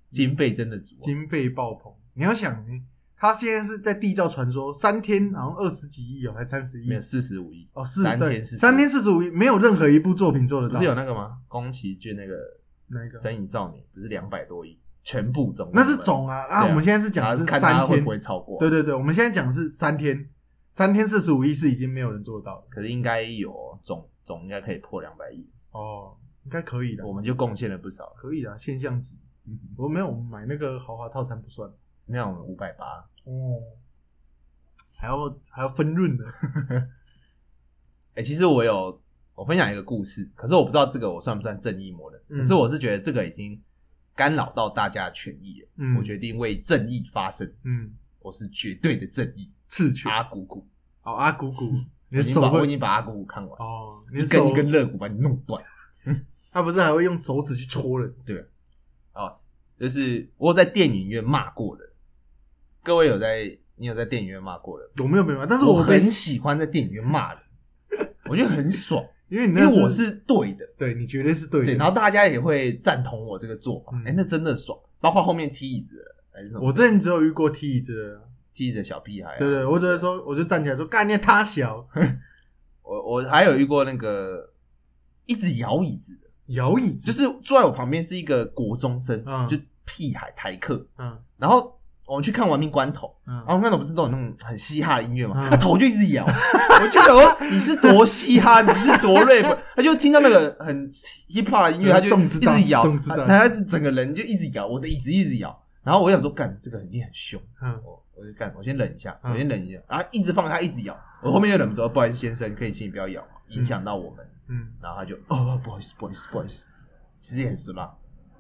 经费真的足， 经费爆棚。你要想，他现在是在缔造传说，3天好像20几亿还30亿， 没有45亿哦，3天45亿，没有任何一部作品做得到。 不是有那个吗？宫崎骏那个神隐少女不是200多亿，全部总那是总啊，我们现在是讲的是3天， 看他会不会超过？ 对，我们现在讲的是3天45亿是已经没有人做得到的， 可是应该有总应该可以破200亿哦，应该可以的， 我们就贡献了不少， 可以的，现象级。我没有，我们买那个豪华套餐不算， 没有，我们580 哦，还要分润的。 其实我分享一个故事，可是我不知道这个我算不算正义魔人，可是我是觉得这个已经干扰到大家的权益了，我决定为正义发声，我是绝对的正义， 赤犬阿古古， 阿古古， 我已经把阿古古看完哦，一根肋骨把你弄断， 他不是还会用手指去戳人？ 对，就是我有在电影院骂过人，各位你有在电影院骂过人？ 我没有骂，但是我很喜欢在电影院骂人，我觉得很爽，因为我是对的， 对你绝对是对的， 对，然后大家也会赞同我这个做法，那真的爽，包括后面踢椅子的还是什么？ 我之前只有遇过踢椅子的， 踢椅子的小屁孩， 对，我只是说，我就站起来说，干你他小， 我还有遇过那个一直摇椅子的。 摇椅子就是坐在我旁边是一个国中生，就屁孩台客，然后我们去看《亡命关头》，然后那种不是都有那种很嘻哈的音乐嘛，他头就一直摇，我就想说你是多嘻哈，你是多 rap， 他就听到那个很 hip hop 的音乐，他就一直摇，他整个人就一直摇，我的椅子一直摇，然后我想说干这个一定很凶，我就干，我先忍一下，然后一直放他一直摇，我后面又忍不住，不好意思先生，可以请你不要摇，影响到我们。然后他就不好意思，其实也很失望，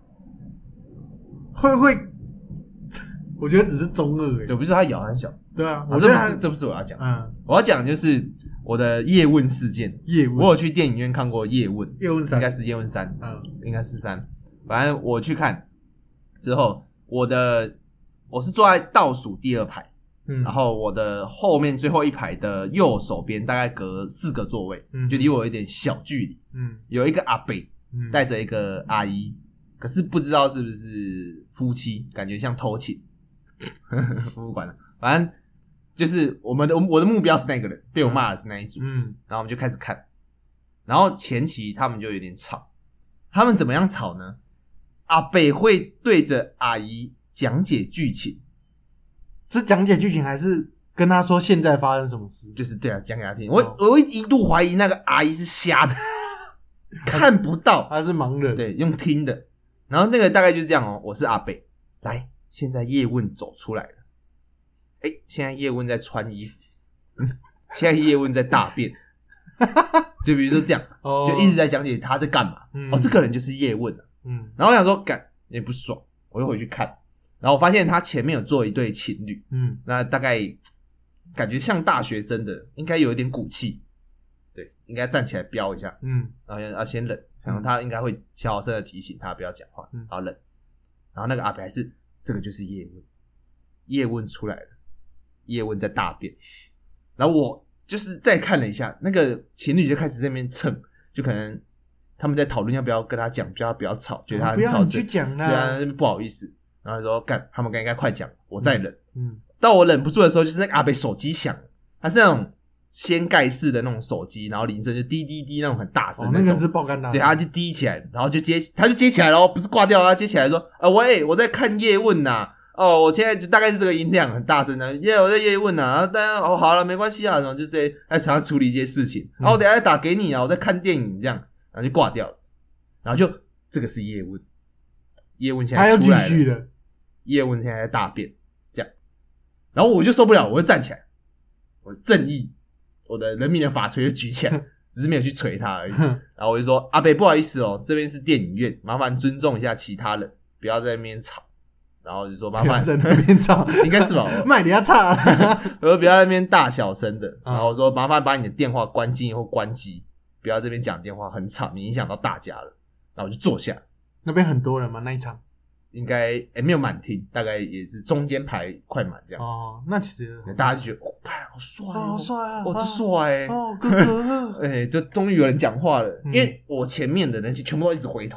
会，我觉得只是中二对，不是他咬很小， 对啊， 这不是我要讲，我要讲的就是我的叶问事件，我有去电影院看过叶问3，应该是叶问3，应该是3，反正我去看之后，我是坐在倒数第2排。然后我的后面最后一排的右手边大概隔4个座位，就离我有一点小距离，有一个阿伯带着一个阿姨，可是不知道是不是夫妻，感觉像偷情，不管了，反正就是我的目标是那个人，被我骂的是那一组，然后我们就开始看，然后前期他们就有点吵，他们怎么样吵呢？阿伯会对着阿姨讲解剧情。 是讲解剧情还是跟他说现在发生什么事？ 就是对啊，讲给他听。我一度怀疑那个阿姨是瞎的，看不到， 他是盲人， 对，用听的。然后那个大概就是这样我是阿北，来，现在叶问走出来了，现在叶问在穿衣服，现在叶问在大便，就比如说这样，就一直在讲解他在干嘛。这个人就是叶问然后我想说，干也不爽，我又回去看。然后我发现他前面有做一对情侣，那大概感觉像大学生的，应该有一点骨气，对，应该站起来飙一下，然后要先忍，然后他应该会小声的提醒他不要讲话，然后忍，然后那个阿伯还是这个就是叶问，叶问出来了，叶问在大便，然后我就是再看了一下，那个情侣就开始在那边蹭，就可能他们在讨论要不要跟他讲，叫他不要吵，觉得他很吵， 不要你去讲啦， 对啊，不好意思。然后说干，他们应该快讲，我再忍。到我忍不住的时候，就是那个阿北手机响，他是那种掀盖式的那种手机，然后铃声就滴滴滴那种很大声那种， 那个是爆肝大， 对，他就滴起来，然后他就接起来了，不是挂掉，他接起来说，喂，我在看叶问呐，我现在就大概是这个音量很大声的，我在叶问呐，当然好了，没关系啊，然后就这在常常处理一些事情，然后我等一下再打给你啊，我在看电影这样，然后就挂掉了，然后就这个是叶问，叶问现在出来了， 他要继续了。 叶问现在在大便，这样，然后我就受不了，我就站起来，我正义，我的人民的法锤就举起来，只是没有去捶他而已。然后我就说：“阿北，不好意思这边是电影院，麻烦尊重一下其他人，不要在那边吵。”然后就说：“麻烦在那边吵， 应该是吧？ 卖你要吵。” 我说：“不要在那边大小声的。”然后我说：“麻烦把你的电话关静音或关机，不要这边讲电话很吵，你影响到大家了。”然后我就坐下。 那边很多人吗？那一场？ 应该没有满厅，大概也是中间排快满这样。 那其实大家就觉得好帅好帅啊！ 这帅哥哥， 就终于有人讲话了。因为我前面的人全部都一直回头，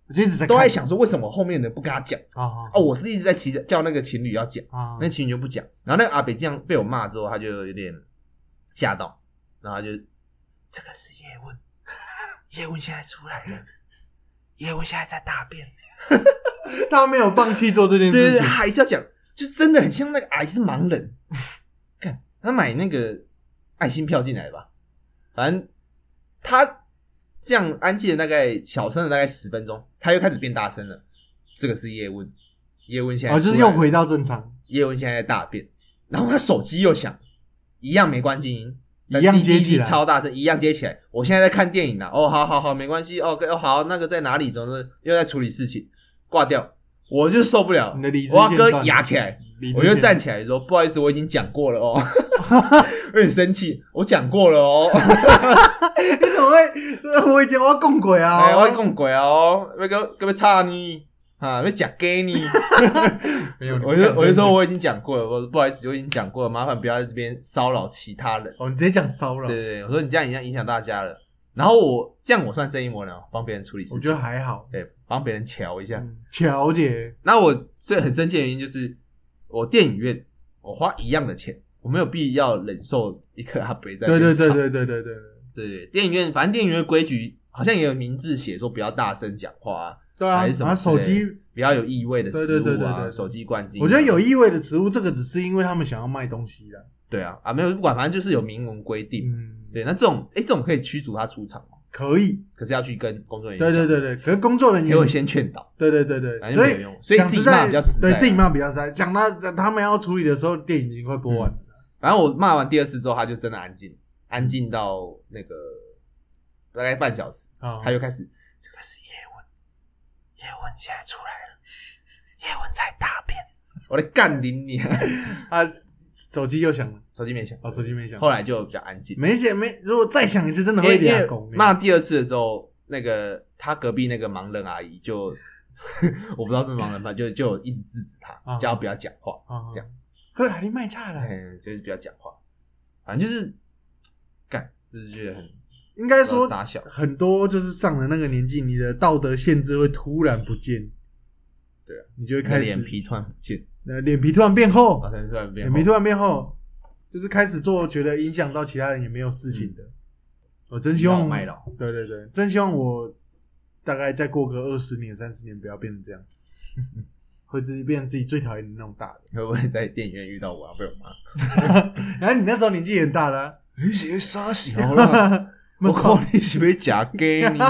我就一直都在想说为什么后面的不跟他讲我是一直在叫那个情侣要讲那情侣就不讲，然后那个阿北这样被我骂之后，他就有点吓到，然后他就这个是叶问，叶问现在出来了，叶问现在在大便他没有放弃做这件事情， 对，他还是要讲，就真的很像那个阿姨是盲人看他买那个爱心票进来吧，反正他这样安静的大概小声了大概10分钟，他又开始变大声了。这个是叶问，叶问现在就是又回到正常。 叶问现在在大便，然后他手机又响，一样没关静音， 一样接起来， 超大声，一样接起来。我现在在看电影啦，好，没关系哦，好，那个在哪里？总之又在处理事情，挂掉。我就受不了， 你的理智我要跟压起来，我就站起来说：“不好意思，我已经讲过了哦。”有点生气，我讲过了哦。 你怎么会？我要讲过啊！ 我讲过啊！哦，那个要插你啊，要讲给你。 没有， 我就说我已经讲过了，我说不好意思，我已经讲过了，麻烦不要在这边骚扰其他人。 哦，你直接讲骚扰？ 对，我说你这样影响大家了。然后这样我算正义魔人，帮别人处理事情。 我觉得还好， 对，帮别人瞧一下， 乔姐。 那我这很生气的原因就是，我电影院我花一样的钱，我没有必要忍受一个他不会在那边吵。对，电影院反正电影院的规矩好像也有明字写说不要大声讲话啊， 对啊， 还是什么手机不要有异味的食物啊，手机关机。 我觉得有异味的食物，这个只是因为他们想要卖东西啦。 对啊，没有不管，反正就是有明文规定。对，那这种可以驱逐他出场吗？ 可以， 可是要去跟工作人员讲。 对，可是工作人员也会先劝导。 对， 所以自己骂比较实在。 对，自己骂比较实在。讲到他们要处理的时候，电影已经快播完了。 反正我骂完第2次之后，他就真的安静到那个大概半小时，他又开始这个是叶问现在出来了，叶问在大便，我在干你啊！手机又响了， 手机没响， 手机没响。 后来就比较安静， 如果再响一次，真的会俩拱。 骂第2次的时候，那个他隔壁那个盲人阿姨就我不知道是不是盲人吧，就一直制止他，叫他不要讲话，这样。 后来你卖差了， 就是不要讲话，反正就是干，就是觉得很应该说傻小， 很多就是上了那个年纪，你的道德限制会突然不见。 对啊， 你就会开始脸皮突然不见。 脸皮突然变厚， 脸皮突然变厚，就是开始做觉得影响到其他人也没有事情的。我真希望，对，真希望我大概再过个20年、30年，不要变成这样子，会自己变成自己最讨厌的那种大人。 会不会在电影院遇到我，被我骂？ 然后你那时候年纪也很大了， 你是傻小啦！我靠，你是不是假 gay 呢？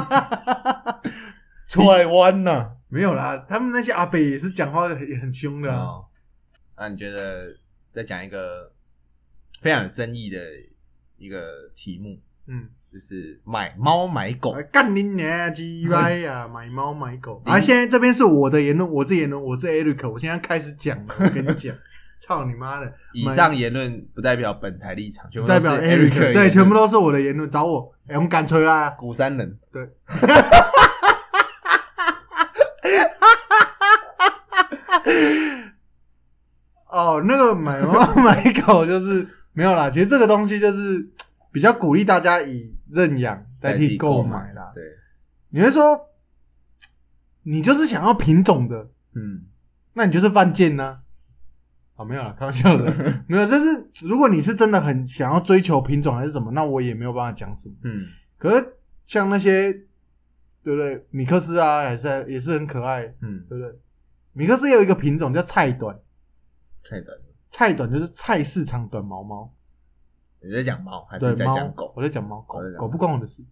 踹弯呐！ 没有啦，他们那些阿伯也是讲话也很凶的啊。 那你觉得再讲一个非常有争议的一个题目，就是买猫买狗， 干你娘鸡掰呀！买猫买狗啊！现在这边是我的言论，我是 Eric， 我现在开始讲了，我跟你讲，操你妈的！ 以上言论不代表本台立场，全部代表 Eric， 对，全部都是我的言论，找我，我们敢吹啦， 鼓山人， 对。那个买猫买狗就是没有啦，其实这个东西就是比较鼓励大家以认养代替购买啦。 对， 你会说你就是想要品种的，那你就是犯贱啊。没有啦，开玩笑的，没有。就是如果你是真的很想要追求品种还是什么，那我也没有办法讲什么。可是像那些对不对，米克斯啊，也是很可爱，对不对？米克斯也有一个品种叫菜短。菜短就是菜市场短毛猫。 你在讲猫还是在讲狗？ 我在讲猫，狗不关我的事。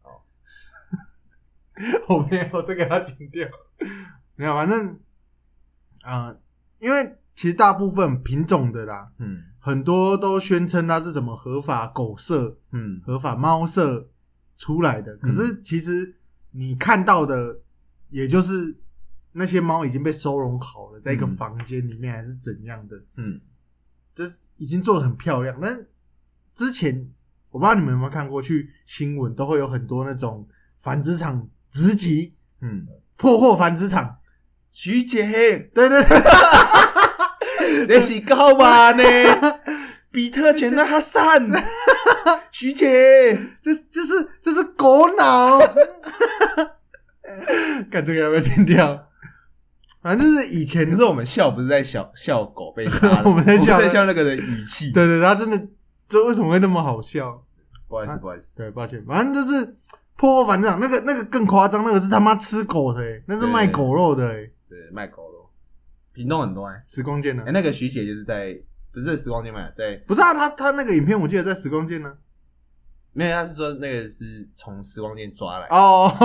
我没有这个要剪掉。没有，反正因为其实大部分品种的啦，很多都宣称它是什么合法狗舍，合法猫舍出来的。可是其实你看到的，也就是那些猫已经被收容好了，在一个房间里面还是怎样的，就是已经做得很漂亮。但之前我不知道你们有没有看过，去新闻都会有很多那种繁殖场直击，破获繁殖场， 徐姐， 对， 这是高吧呢？比特犬的哈散，徐姐， 这是狗脑。 看这个要不要剪掉？反正就是以前， 可是我们笑不是在笑狗被杀了， 我们在笑那个的语气。 对对，他真的，这为什么会那么好笑？ 不好意思，不好意思。 对，抱歉。反正就是破获反掌，那个更夸张，那个是他妈吃狗的那是卖狗肉的对，卖狗肉。屏东很多时光剑呢？ 那个徐姐就是在，不是在时光剑买，在不是啊，他那个影片我记得在时光剑呢。 没有，他是说那个是从时光剑抓来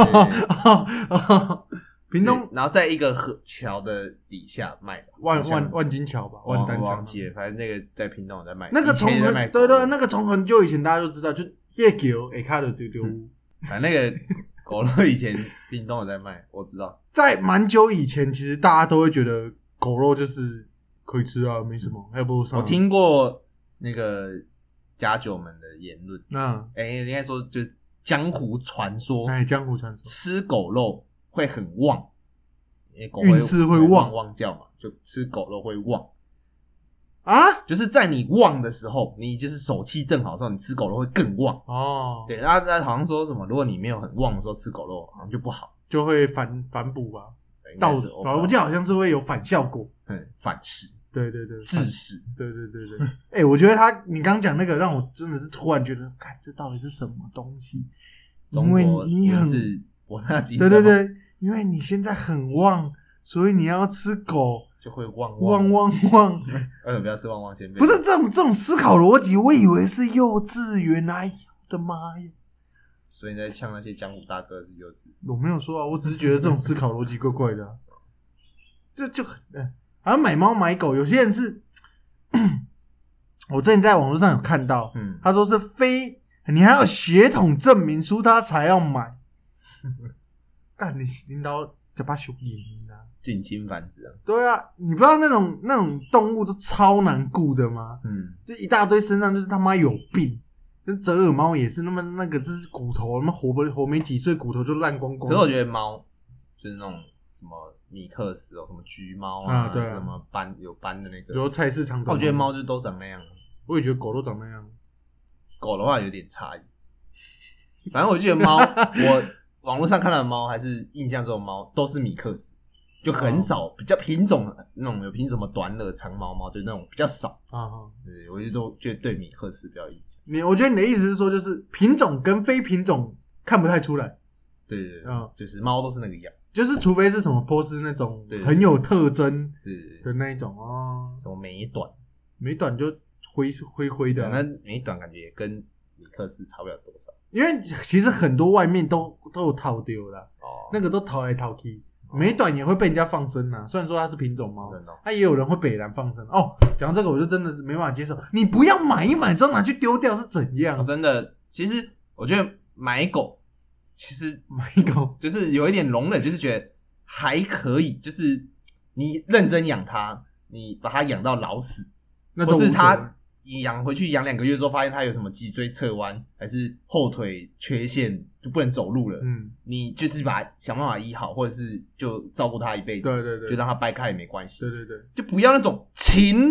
哦，屏东， 然后在一个桥的底下卖万金桥吧，万丹桥， 忘记了，反正那个在屏东在卖， 那个从很对，那个从很久以前大家就知道，就夜球下卡就丢， 反正那个狗肉以前屏东有在卖，我知道， 在蛮久以前，其实大家都会觉得狗肉就是可以吃啊，没什么，还有不我听过那个家酒们的言论，应该说就是江湖传说， 江湖传说吃狗肉会很旺，因为狗运势会旺叫嘛，就吃狗肉会旺啊， 就是在你旺的时候，你就是手气正好的时候，你吃狗肉会更旺哦。 对，那好像说什么，如果你没有很旺的时候吃狗肉，好像就不好， 就会反哺吧，我记得好像是会有反效果， 反噬。 对对对， 致死， 对，我觉得你刚讲那个让我真的是突然觉得，看这到底是什么东西？因为你很我那几对，因为你现在很旺，所以你要吃狗就会旺。不要吃旺先不是这种思考逻辑，我以为是幼稚园，哎呦我的妈呀！ 所以你在呛那些江湖大哥是幼稚？ 我没有说啊，我只是觉得这种思考逻辑怪怪的，就很好像买猫买狗，有些人是，我之前在网络上有看到，他说是你还有血统证明书他才要买，干你到这把熊眼啊， 近亲繁殖啊？ 对啊，你不知道那种动物都超难顾的吗？就一大堆身上就是他妈有病，就折耳猫也是那个就是骨头，他妈活没几岁，骨头就烂光光。 可是我觉得猫就是那种什么米克斯什么橘猫啊，对啊，什么有斑的那个， 就菜市场的。 我觉得猫就都长那样， 我也觉得狗都长那样。 狗的话有点差异，反正我觉得猫，我网络上看到的猫还是印象中的猫都是米克斯，就很少比较品种那种有品什么短耳长毛猫，就那种比较少对，我就觉得对米克斯比较印象。 我觉得你的意思是说，就是品种跟非品种看不太出来。 对，就是猫都是那个样。 就是除非是什么波斯那种很有特征的那一种什么美短就灰的， 那美短感觉也跟米克斯差不了多少， 因为其实很多外面都有逃丢了，那个都逃来逃去，美短也会被人家放生啊，虽然说它是品种猫，它也有人会北兰放生讲这个我就真的是没办法接受，你不要买一买之后拿去丢掉是怎样？ 真的，其实我觉得买狗。其实买狗就是有一点容忍，就是觉得还可以，就是你认真养它，你把它养到老死，或是它你养回去养2个月之后，发现它有什么脊椎侧弯，还是后腿缺陷，就不能走路了。你就是想办法医好，或者是就照顾它一辈子， 对， 就让它掰开也没关系。 对， 就不要那种情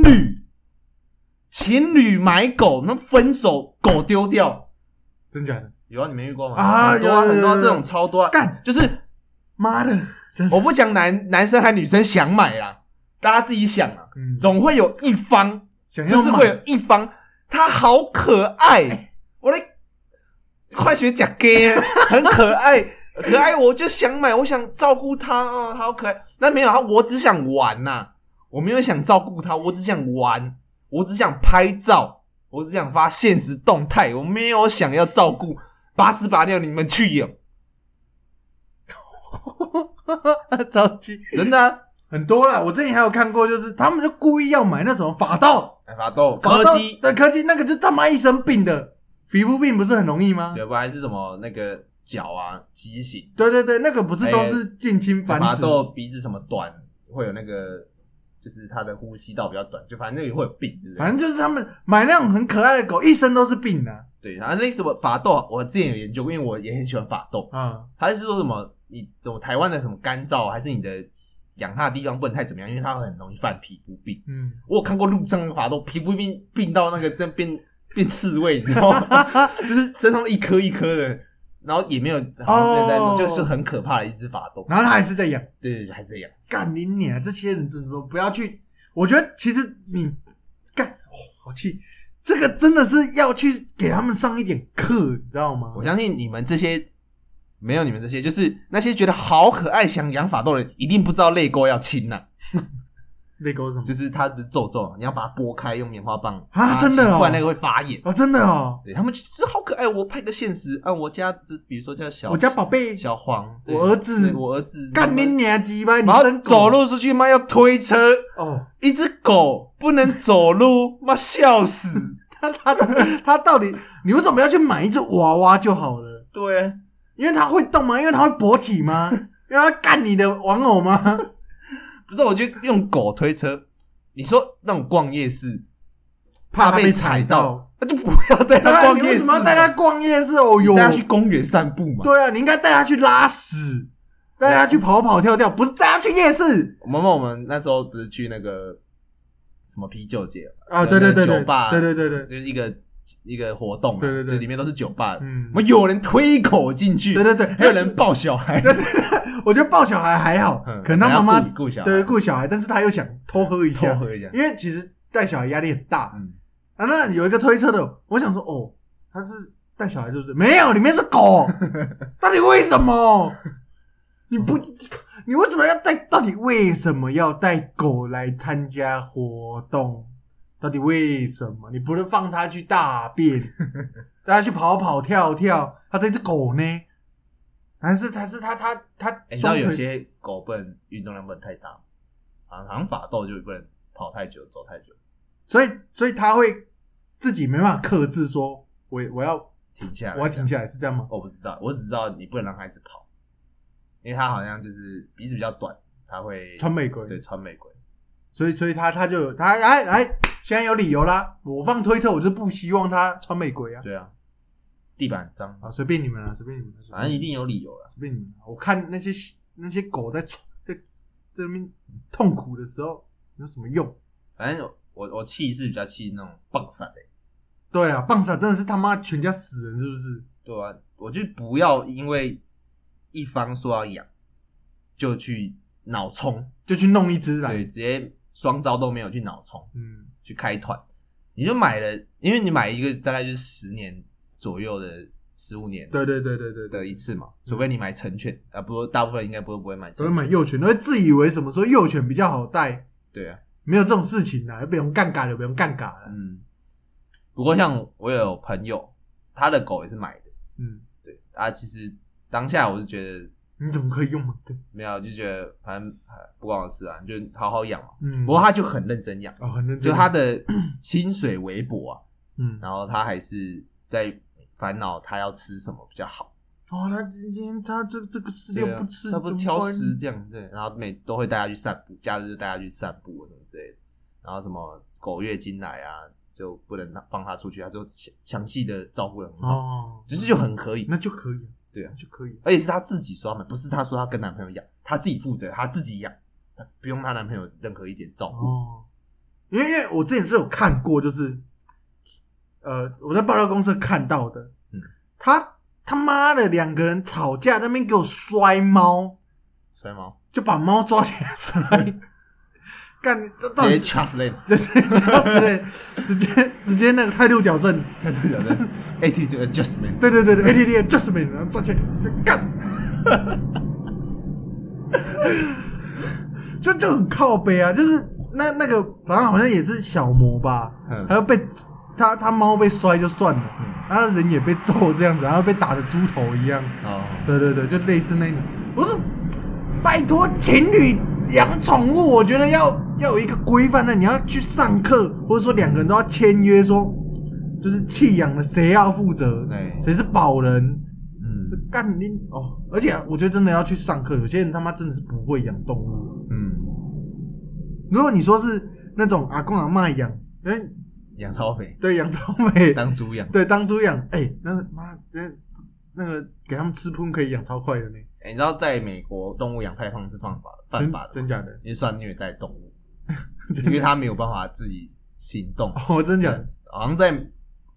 侣买狗，那分手狗丢掉， 真假的？ 有啊，你没遇过吗？ 有很多这种超多干， 就是妈的， 我不讲男生还女生想买啦，大家自己想啊，总会有一方，就是会有一方，他好可爱，我来快学讲 gay， 很可爱，我就想买，我想照顾他他好可爱。那没有我只想玩呐，我没有想照顾他，我只想玩，我只想拍照，我只想发现实动态，我没有想要照顾。把屎把尿你们去养， 着急， 真的很多啦。我之前还有看过，就是他们就故意要买那种法斗柯基， 对柯基那个就他妈一身病的，皮肤病不是很容易吗？ 对，不还是什么那个脚啊畸形， 对，那个不是都是近亲繁殖？ 法斗鼻子什么短，会有那个就是他的呼吸道比较短，就反正那个会有病， 反正就是他们买那种很可爱的狗，一身都是病啊。 对，然后那什么法斗，我之前有研究过，因为我也很喜欢法斗。他是说什么你怎么台湾的什么干燥，还是你的养它的地方不能太怎么样，因为它很容易犯皮肤病。我有看过路上的法斗皮肤病到那个真变刺猬，你知道吗？就是身上一颗一颗的， 然后也没有好像在弄，就是很可怕的一只法斗， 然后他还是在养， 对，还是在养。 干你娘！这些人真的不要去，我觉得其实你干，好气。这个真的是要去给他们上一点课，你知道吗？ 我相信你们这些没有你们这些，就是那些觉得好可爱想养法斗的人，一定不知道泪沟要清啊。 泪沟是什么？ 就是它不是皱皱，你要把它拨开，用棉花棒啊，真的哦， 不然那个会发炎哦，真的哦。 对，他们就是好可爱。我拍个现实啊，我家比如说叫我家宝贝小黄， 我儿子，干你娘鸡巴！你生狗走路出去妈要推车哦，一只狗不能走路，妈笑死！ 他到底你为什么要去买一只娃娃就好了？ 对， 因为它会动吗？因为它会勃起吗？因为它干你的玩偶吗？ 不是，我觉得用狗推车，你说那种逛夜市，怕被踩到，那就不要带它逛夜市。你为什么要带它逛夜市？哦哟， 带它去公园散步嘛。 对啊，你应该带它去拉屎，带它去跑跑跳跳，不是带它去夜市。 我们那时候不是去那个什么啤酒节啊？对对对对， 酒吧， 对， 就是一个活动， 对， 就里面都是酒吧，我们有人推狗进去， 对， 还有人抱小孩。 我觉得抱小孩还好，可能他妈妈顾小孩， 对，顾小孩，但是他又想偷喝一下， 因为其实带小孩压力很大。那有一个推车的，我想说，哦，他是带小孩是不是？没有，里面是狗，到底为什么？你为什么要带？到底为什么要带狗来参加活动？到底为什么？你不是放它去大便，带它去跑跑跳跳？它这只狗呢？还是它？ 你知道有些狗不能运动量不能太大，好像法斗就不能跑太久、走太久， 所以它会自己没办法克制，说我要停下来， 我要停下来，是这样吗？ 我不知道，我只知道你不能让它一直跑，因为它好像就是鼻子比较短，它会穿玫瑰， 对，穿玫瑰， 所以它就来，现在有理由啦！我放推车，我就不希望它穿玫瑰啊。 对啊。地板脏啊，随便你们啦，随便你们， 反正一定有理由啦， 随便你们。我看那些狗在这边痛苦的时候有什么用？ 反正我气是比较气那种棒撒的。 对啊，棒撒真的是他妈全家死人，是不是？ 对啊，我就不要因为一方说要养，就去脑冲， 就去弄一只来， 对，直接双招都没有去脑冲，去开团，你就买了，因为你买一个大概就是10年。左右的15年， 对的一次嘛，除非你买成犬啊，不过大部分应该不会买成犬， 都会买幼犬，都会自以为什么时候幼犬比较好带， 对啊， 没有这种事情啊，不用尴尬了，不用尴尬了。 不过像我有朋友，他的狗也是买的，对啊，其实当下我是觉得你怎么可以用嘛？对， 没有，就觉得反正不关我事啊，就好好养嘛。不过他就很认真养， 很认真， 就他的薪水微薄啊，然后他还是在烦恼他要吃什么比较好。 他今天他这个饲料不吃， 他不挑食这样，对，然后都会带他去散步，假日就带他去散步什么之类的。然后什么狗月经来啊，就不能放他出去，他就详细的照顾得很好，这就很可以， 那就可以， 对啊， 就可以。 而且是他自己说买，不是他说他跟男朋友养，他自己负责，他自己养，不用他男朋友任何一点照顾。 因为我之前是有看过，就是我在爆料公司看到的，他妈的2个人吵架，那边给我摔猫，就把猫抓起来摔，干你直接 Charles， 直接那个态度矫正 ，attitude adjustment， 对 attitude adjustment， 然后抓起来就干，就很靠北啊，就是那个反正好像也是小魔吧，还要被他猫被摔就算了。然后人也被揍这样子，然后被打得猪头一样。对，就类似那种。不是，拜托情侣养宠物，我觉得要有一个规范的，你要去上课，或者说2个人都要签约，说就是弃养的谁要负责，谁是保人。干你哦！而且我觉得真的要去上课，有些人他妈真的是不会养动物。如果你说是那种阿公阿嬷养， 养超肥， 对，养超肥， 当猪养， 对，当猪养，那妈那个给他们吃喷可以养超快的呢。 你知道在美国动物养太胖是犯法的， 真假的？ 因为算虐待动物，因为他没有办法自己行动。 真假的？ 好像在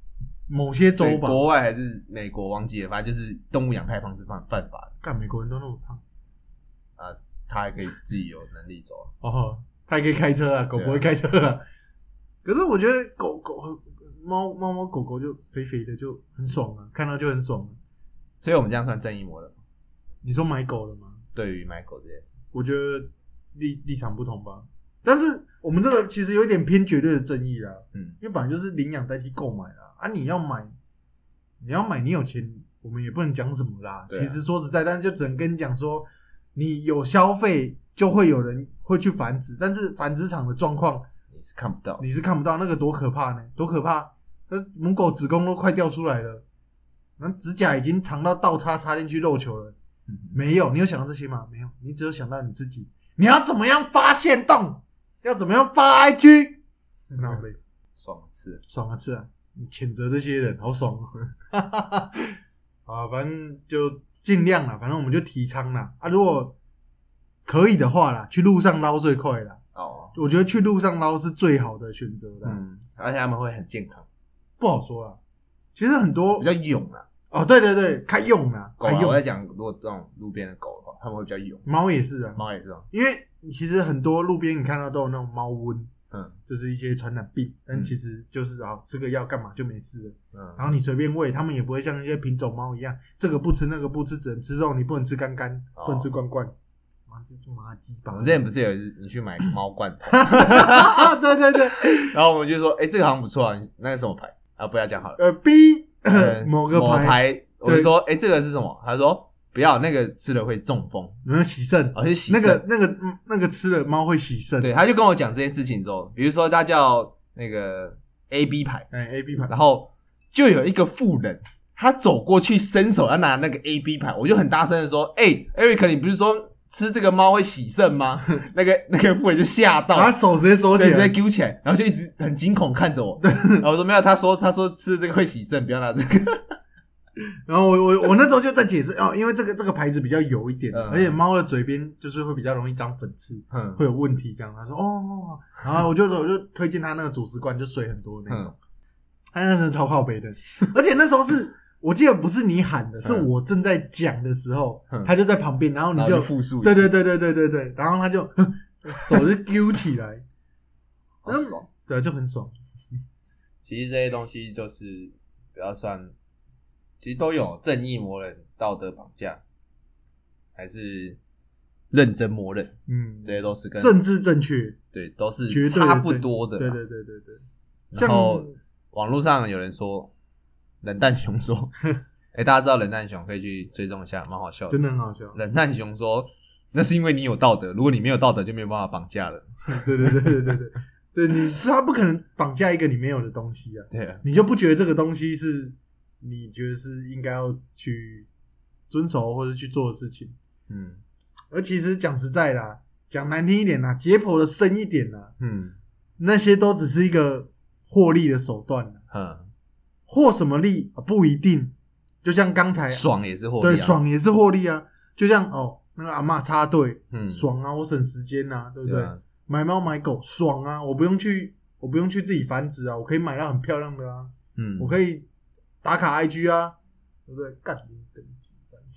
某些州吧， 国外还是美国忘记了，反正就是动物养太胖是犯法的。 干美国人都那么胖啊，他还可以自己有能力走哦，他还可以开车啊，狗不会开车啊。可是我觉得猫狗就肥肥的就很爽啊，看到就很爽啊。 所以我们这样算正义魔人吗？ 你说买狗了吗？ 对于买狗这些， 我觉得立场不同吧。但是我们这个其实有一点偏绝对的正义啦，因为本来就是领养代替购买啦。啊，你要买，你有钱，我们也不能讲什么啦。其实说实在，但是就只能跟你讲说，你有消费就会有人会去繁殖，但是繁殖场的状况你是看不到， 那个多可怕呢？多可怕！母狗子宫都快掉出来了，那指甲已经长到倒插进去肉球了。没有，你有想到这些吗？没有，你只有想到你自己。你要怎么样发现动？要怎么样发 IG？ 那我累， 爽啊次啊！你谴责这些人，好爽啊！啊，反正就尽量啦，反正我们就提倡啦。啊，如果可以的话啦，去路上捞最快啦。哦，我觉得去路上捞是最好的选择啦。 而且他们会很健康。 不好说啦，其实很多比较勇啦。 哦，对对对，开用啦。 狗我在讲，如果这种路边的狗的话，他们会比较勇。 猫也是啊，因为其实很多路边你看到都有那种猫瘟，就是一些传染病，但其实就是吃个药干嘛就没事了。然后你随便喂，他们也不会像一些品种猫一样，这个不吃那个不吃，只能吃肉，你不能吃干，不能吃罐。妈，这就麻鸡巴。 我们之前不是有你去买猫罐头？ 对对对。 然后我们就说，这个好像不错啊，那是什么牌啊？不要讲好了。 B。某个牌， 我就说，这个是什么？他说不要，那个吃了会中风， 有没有洗肾？ 是洗肾。 那个吃了猫会洗肾。 对，他就跟我讲这件事情之后，比如说他叫那个 AB 牌 ，AB 牌， 然后就有一个妇人，他走过去伸手要拿那个 AB 牌，我就很大声的说，Eric， 你不是说吃这个猫会洗肾吗？那个妇人就吓到， 把手直接收起来， 直接丢起来，然后就一直很惊恐看着我。然后我说没有，他说吃这个会洗肾，不要拿这个。 然后我那时候就在解释因为这个牌子比较油一点，而且猫的嘴边就是会比较容易长粉刺，会有问题这样。他说然后我就推荐他那个主食罐，就水很多的那种。他那真的超靠北的，而且那时候是。我记得不是你喊的，是我正在讲的时候，他就在旁边，然后你就复述， 对，然后他就手就揪起来， 好爽， 对，就很爽。 其实这些东西就是比较算，其实都有正义魔人、道德绑架，还是认真魔人，这些都是跟政治正确， 对，都是差不多的。 对。 然后网络上有人说。冷淡熊说大家知道冷淡熊可以去追踪一下，蛮好笑的， 真的很好笑。 冷淡熊说那是因为你有道德，如果你没有道德就没有办法绑架了。 对，他不可能绑架一个你没有的东西啊。 对啊， 你就不觉得这个东西是你觉得是应该要去遵守或者去做的事情。而其实讲实在啦，讲难听一点啦，解剖的深一点啦，那些都只是一个获利的手段啦。获什么利不一定，就像刚才爽也是获利， 对，爽也是获利啊。就像那个阿嬷插队，爽啊，我省时间啊，对不对？买猫买狗爽啊，我不用去自己繁殖啊，我可以买到很漂亮的啊，我可以打卡 IG 啊，对不对？干等级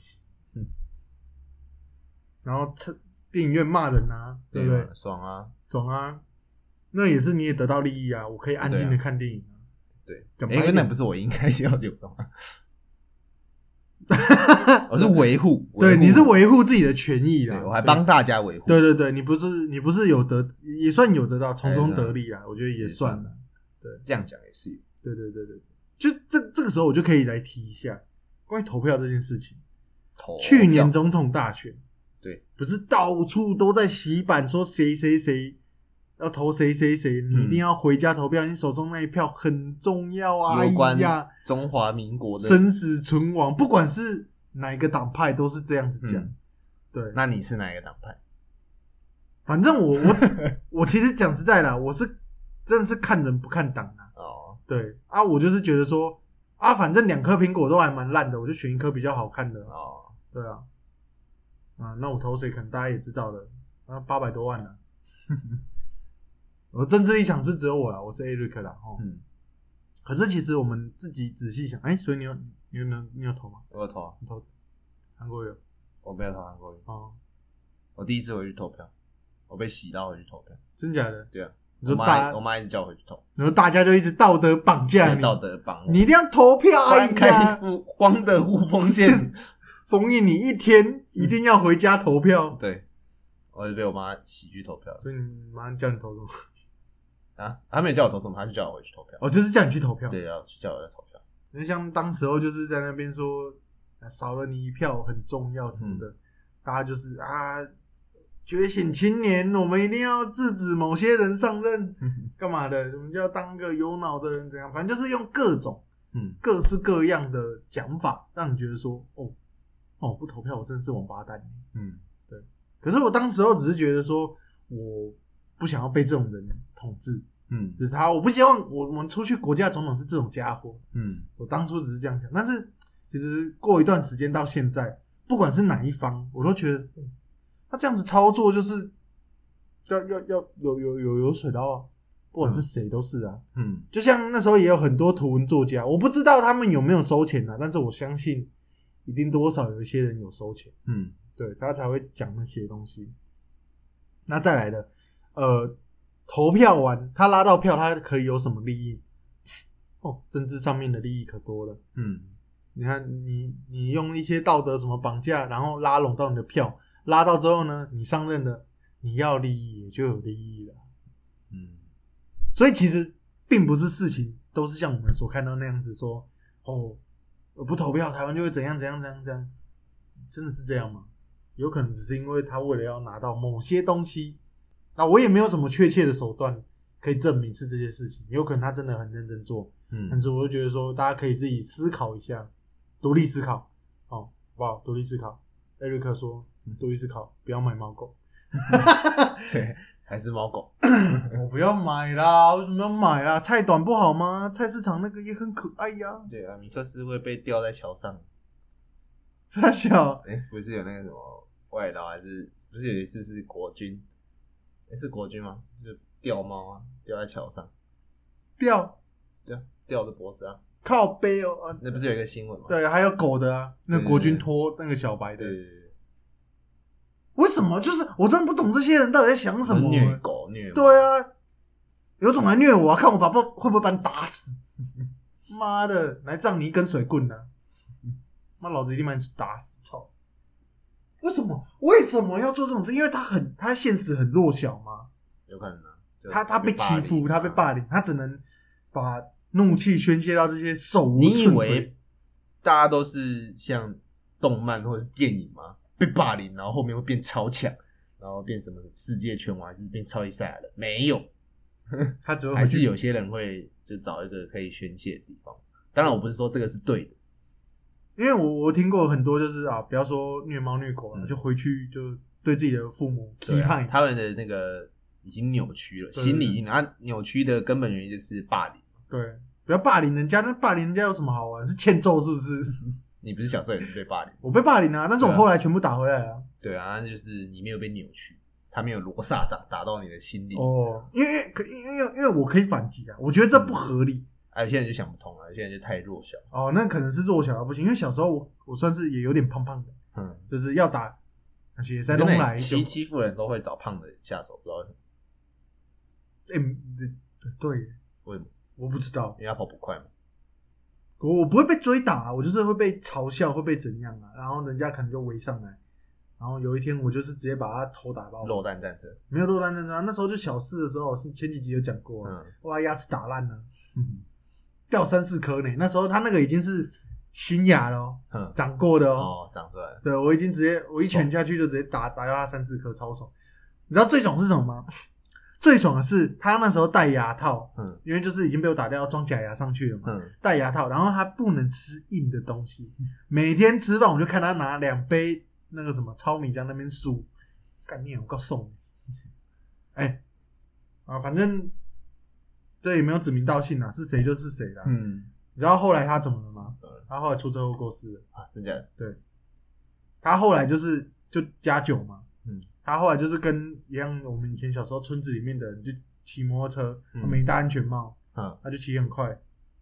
然后电影院骂人啊，对不对？ 爽啊，那也是你也得到利益啊，我可以安静的看电影。 对，因为那不是我应该要有的吗？我是维护， 对，你是维护自己的权益啦， 我还帮大家维护。 对，你不是也算有得到，从中得利啦，我觉得也算了。对， 这样讲也是。 对，就这个时候我就可以来提一下关于投票这件事情。去年总统大选， 对， 不是到处都在洗版说谁要投谁，你一定要回家投票，你手中那一票很重要啊！ 有关中华民国的生死存亡，不管是哪一个党派都是这样子讲。对， 那你是哪一个党派？ 反正我其实讲实在啦，我是真的是看人不看党啊。对啊，我就是觉得说反正2颗苹果都还蛮烂的，我就选一颗比较好看的。对啊，那我投谁可能大家也知道了，800多万了。我政治立场是只有我啦，我是 Eric 啦。 可是其实我们自己仔细想，所以你有投吗？ 我有投啊。 你投韩国瑜？ 我没有投韩国瑜。哦，我第一次回去投票，我被洗到回去投票。 真假的？ 对啊。我妈一直叫我回去投， 然后大家就一直道德绑架你， 道德绑你一定要投票啊！ 翻开光的护封键， 封印你一天一定要回家投票。 对，我就被我妈洗去投票。 所以你妈叫你投什么？ 啊，她没有叫我投什么，她就叫我回去投票。 哦，就是叫你去投票。 对，要叫我去投票。 那像当时候就是在那边说少了你一票很重要什么的，大家就是觉醒青年，我们一定要制止某些人上任，干嘛的？我们就要当个有脑的人，怎样？反正就是用各种各式各样的讲法，让你觉得说，不投票，我真的是王八蛋。对。可是我当时候只是觉得说，我不想要被这种人统治。就是我不希望我们出去国家总统是这种家伙。我当初只是这样想，但是其实过一段时间到现在，不管是哪一方，我都觉得。他这样子操作就是要有水到啊，不管是谁都是啊。就像那时候也有很多图文作家，我不知道他们有没有收钱啊，但是我相信一定多少有一些人有收钱。对，他才会讲那些东西。那再来的，投票完他拉到票，他可以有什么利益？政治上面的利益可多了。你看你用一些道德什么绑架，然后拉拢到你的票。拉到之后呢，你上任了，你要利益也就有利益了。所以其实并不是事情都是像我们所看到那样子说，我不投票，台湾就会怎样怎样怎样怎样，真的是这样吗？有可能只是因为他为了要拿到某些东西，那我也没有什么确切的手段可以证明是这些事情，有可能他真的很认真做。但是我就觉得说，大家可以自己思考一下，独立思考，好不好？独立思考。艾瑞克说。独立思考，不要买猫狗。 对，还是猫狗。 我不要买啦，为什么要买啦？菜短不好吗？菜市场那个也很可爱呀。 对啊，米克斯会被吊在桥上。 傻小。 不是有那个什么外劳，还是不是有一次是国军？是国军吗？就吊猫啊，吊在桥上。吊着脖子啊。 靠背哦。 那不是有一个新闻吗？ 对，还有狗的啊，那国军拖那个小白的。对。为什么？就是我真的不懂这些人到底在想什么。 虐狗虐猫。 对啊，有种来虐我啊！看我会不会把你打死？妈的，来仗你一根水棍啊！妈，老子一定把你打死！操！为什么要做这种事？因为他现实很弱小吗？ 有可能啊。 他被欺负，他被霸凌，他只能把怒气宣泄到这些手无寸铁。 你以为大家都是像动漫或者是电影吗？被霸凌，然后后面会变超强，然后变什么世界拳王还是变超级赛亚人？没有， 他只会还是有些人会就找一个可以宣泄的地方。当然，我不是说这个是对的， 因为我听过很多就是不要说虐猫虐狗了，就回去就对自己的父母批判， 他们的那个已经扭曲了，心理已经扭曲的根本原因就是霸凌。 对，不要霸凌人家，但霸凌人家有什么好玩？是欠揍是不是？你不是小时候也是被霸凌？ 我被霸凌啊，但是我后来全部打回来啊。 对啊，那就是你没有被扭曲，他没有罗刹掌打到你的心里。 因为我可以反击啊，我觉得这不合理。 有些人就想不通啊，有些人就太弱小。 那可能是弱小到不行，因为小时候我算是也有点胖胖的，就是要打那些在东来欺负人都会找胖的下手，不知道为什么。 对， 为什么？ 我不知道， 因为他跑不快嘛。 我不会被追打啊，我就是会被嘲笑，会被怎样啊？然后人家可能就围上来，然后有一天我就是直接把他头打爆。 肉弹战车没有肉弹战车，那时候就小四的时候，是前几集有讲过，我把牙齿打烂了，掉3-4颗呢。那时候他那个已经是新牙了，长过的长出来了。 对，我已经直接我一拳下去就直接打掉他3-4颗，超爽。你知道最爽是什么吗？最爽的是他那时候戴牙套，因为就是已经被我打掉，要装假牙上去了嘛，戴牙套，然后他不能吃硬的东西，每天吃饭我就看他拿2杯那个什么糙米浆那边数，干你我够送，反正这也没有指名道姓啊，是谁就是谁啦。你知道后来他怎么了吗？他后来出车祸过世了啊，真假的？ 对，他后来就加酒嘛。他后来就是跟一样，我们以前小时候村子里面的人就骑摩托车，没戴安全帽，他就骑很快，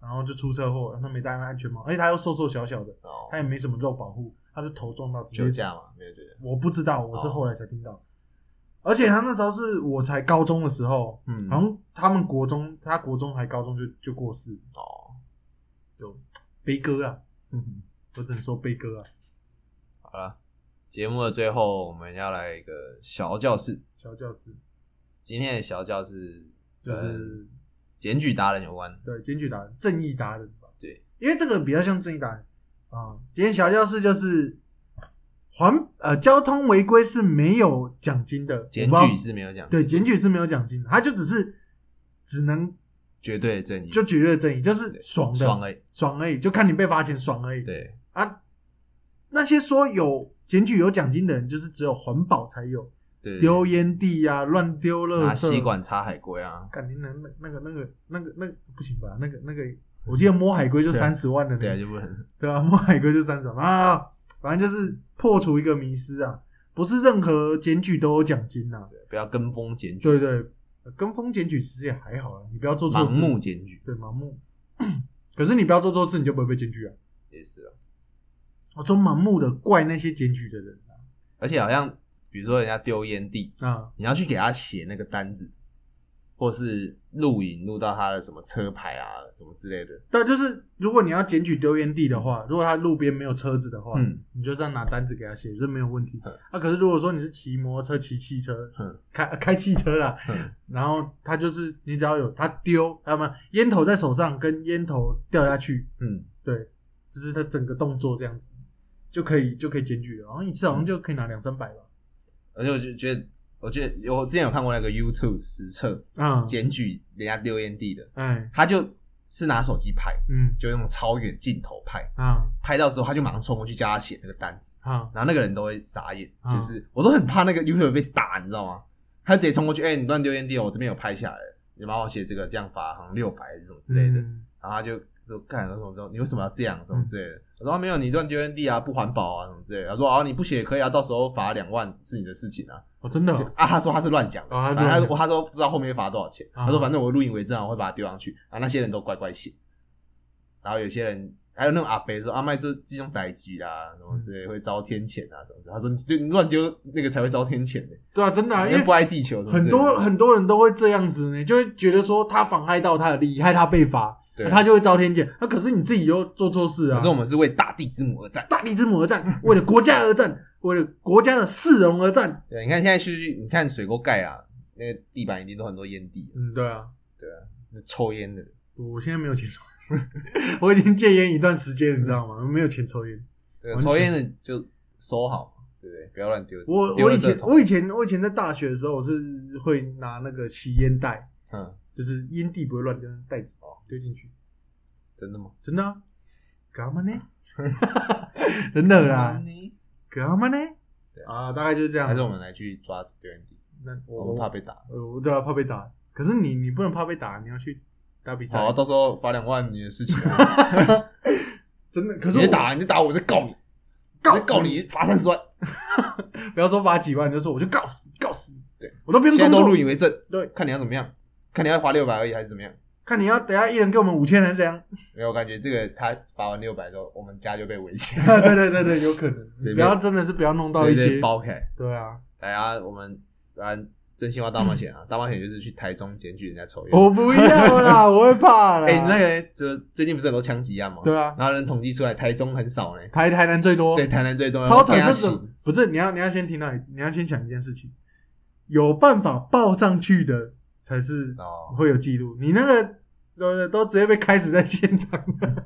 然后就出车祸，他没戴安全帽，而且他又瘦瘦小小的，他也没什么肉保护，他就头撞到直接酒驾嘛，没有觉得？ 我不知道，我是后来才听到。而且他那时候是我才高中的时候，好像他国中还高中就过世就悲歌啊，我只能说悲歌啊。 好了，节目的最后我们要来一个小教室。今天的小教室就是检举达人有关。 对，检举达人，正义达人吧。 对， 因为这个比较像正义达人啊。今天小教室就是交通违规是没有奖金的， 检举是没有奖金。 对，检举是没有奖金的，他就只能绝对的正义， 就绝对的正义，就是爽而已，就看你被罚钱爽而已。 对啊，那些说有检举有奖金的人，就是只有环保才有。丢烟蒂啊，乱丢垃圾， 拿吸管插海龟啊！ 干你那个不行吧？那个，我记得摸海龟就30万的， 对啊，就不能对啊，摸海龟就30万啊！反正就是破除一个迷思啊，不是任何检举都有奖金啊， 不要跟风检举。 对，跟风检举其实也还好啊，你不要做错事。 盲目检举， 对，盲目。可是你不要做错事，你就不会被检举啊。 也是啊， 我说盲目的怪那些检举的人啊， 而且好像。比如说人家丢烟蒂你要去给他写那个单子，或是录影录到他的什么车牌啊什么之类的。 对，就是如果你要检举丢烟蒂的话，如果他路边没有车子的话，你就是要拿单子给他写，这没有问题。可是如果说你是骑摩托车、骑汽车，开汽车啦，然后他就是你只要有他丢，要么烟头在手上跟烟头掉下去，对，就是他整个动作这样子就可以检举了，然后一次好像就可以拿200-300吧。 而且我觉得我之前有看过那个 YouTube 实测，检举人家丢烟蒂的，他就是拿手机拍，就用超远镜头拍，拍到之后他就马上冲过去叫他写那个单子，然后那个人都会傻眼，就是我都很怕那个 YouTube 被打，你知道吗？他直接冲过去，你乱丢烟蒂哦，我这边有拍下来，你帮我写这个，这样罚好像600还是什么之类的，然后他就说干什么之后，你为什么要这样什么之类的。我说没有，你乱丢烟蒂啊，不环保啊，什么之类的。他说你不写也可以啊，到时候罚2万是你的事情啊。 真的他说他是乱讲的，他说不知道后面会罚多少钱。他说反正我录影为证，我会把它丢上去。那些人都乖乖写，然后有些人还有那种阿伯说卖这种代志啦，什么之类会遭天谴啊什么的。他说你乱丢那个才会遭天谴的。 对啊，真的因为不爱地球， 很多人都会这样子呢，就会觉得说他妨害到他的利益，害他被罚。他就会遭天谴，可是你自己又做错事啊！ 可是我们是为大地之母而战， 为了国家而战，为了国家的市容而战。 对，你看现在你看水沟盖啊，那个地板一定都很多烟蒂。 对啊， 抽烟的。 我现在没有钱抽烟，我已经戒烟一段时间，你知道吗？我没有钱抽烟。 对，抽烟的就收好，对不对？不要乱丢。 我以前在大学的时候，我是会拿那个吸烟袋，就是烟蒂不会乱丢，袋子丢进去。 真的吗？ 真的啊，干嘛呢？真的啦，干嘛呢？大概就是这样。 还是我们来去抓丢烟蒂？我们怕被打。 对啊，怕被打。可是你不能怕被打，你要去打比赛。 好，到时候罚2万你的事情。 真的，可是你打我就告你，告你罚30万。 不要说罚几万，就说我就告死。对，我都不用工作。 现在都录影为证， 对， 看你要怎么样，看你要罚600而已还是怎么样。 看你要等一下一人给我们5000还是怎样？ 没有，我感觉这个他罚完600之后，我们家就被围起。 对，有可能。不要真的是不要弄到一些包开。 对啊， 来啊，我们玩真心话大冒险啊！大冒险就是去台中检举人家抽烟。 我不要啦，我会怕啦。 那个最近不是很多枪击案吗？ 对啊， 然后人统计出来，台中很少呢。 台南最多。 对，台南最多。 超惨，这种不是你要先听到，你要先想一件事情，有办法报上去的才是会有记录。你那个。都直接被开始在现场了。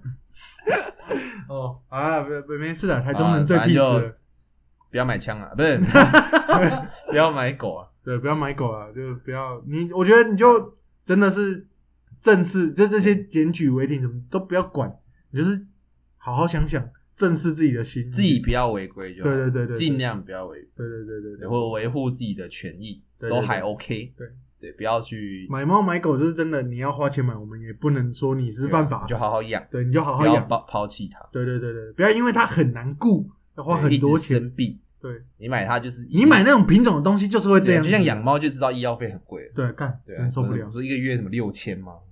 没事了，台中人最 peace 了。 不要买枪啊，不是，不要买狗啊。 对，不要买狗啊，就不要我觉得你就真的是正视，就这些检举违停什么都不要管，你就是好好想想，正视自己的心， 自己不要违规就好。 对， 尽量不要违规。对，或维护自己的权益都还 OK。对，不要去买猫买狗，就是真的，你要花钱买，我们也不能说你是犯法， 你就好好养。 对，你就好好养， 不要抛弃它。 对，不要因为它很难顾，要花很多钱。 生病， 对， 你买它就是你买那种品种的东西就是会这样， 就像养猫就知道医药费很贵。 对，真受不了。 说一个月什么6000吗？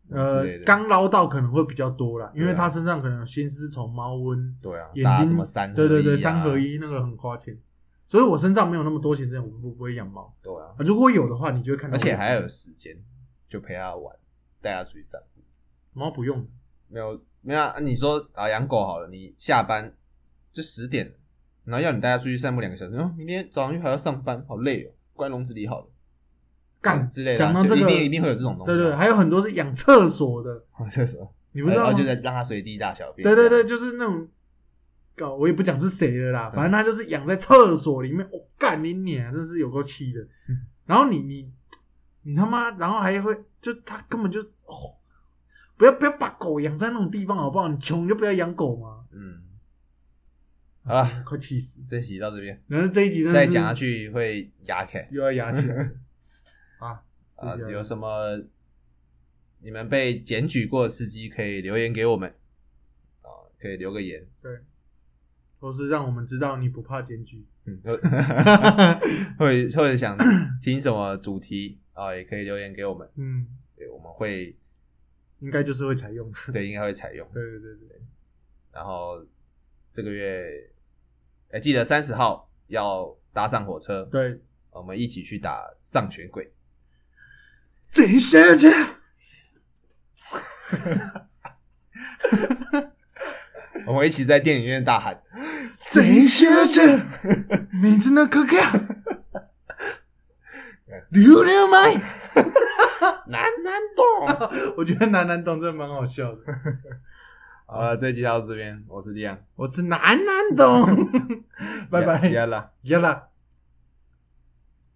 刚捞到可能会比较多啦，因为他身上可能有心丝虫、猫瘟， 对啊， 眼睛什么3合1啊， 对3合1那个很花钱，所以我身上没有那么多钱，这样我不会养猫。 对啊， 如果有的话，你就会看到， 而且还要有时间，就陪他玩，带他出去散步。 猫不用， 没有啊，你说啊养狗好了，你下班就10点，然后要你带他出去散步2个小时，明天早上还要上班，好累哦，关笼子里好了。干之类的， 讲到这个一定会有这种东西。 对，还有很多是养厕所的， 厕所你不知道吗？ 就是让他随地大小便。 对，就是那种，我也不讲是谁了啦，反正他就是养在厕所里面。干你娘，真是有够气的。然后你他妈，然后还会就他根本就不要把狗养在那种地方好不好？你穷就不要养狗嘛。 好了， 快气死！ 这一集到这边， 然后这一集再讲下去会压起来， 又要压起来有什么你们被检举过的司机可以留言给我们可以留个言， 对，或是让我们知道你不怕检举， 或者想听什么主题也可以留言给我们，对，我们会应该就是会采用， 对，应该会采用， 对， 然后这个月记得30号要搭上火车， 对， 我们一起去打上弦鬼。 这些去我们一起在电影院大喊这些去名字那可看溜溜麦南洞我觉得南洞真的蛮好笑的。 好了，这一集到这边，我是李阳， 我是南洞拜拜， 亚啦。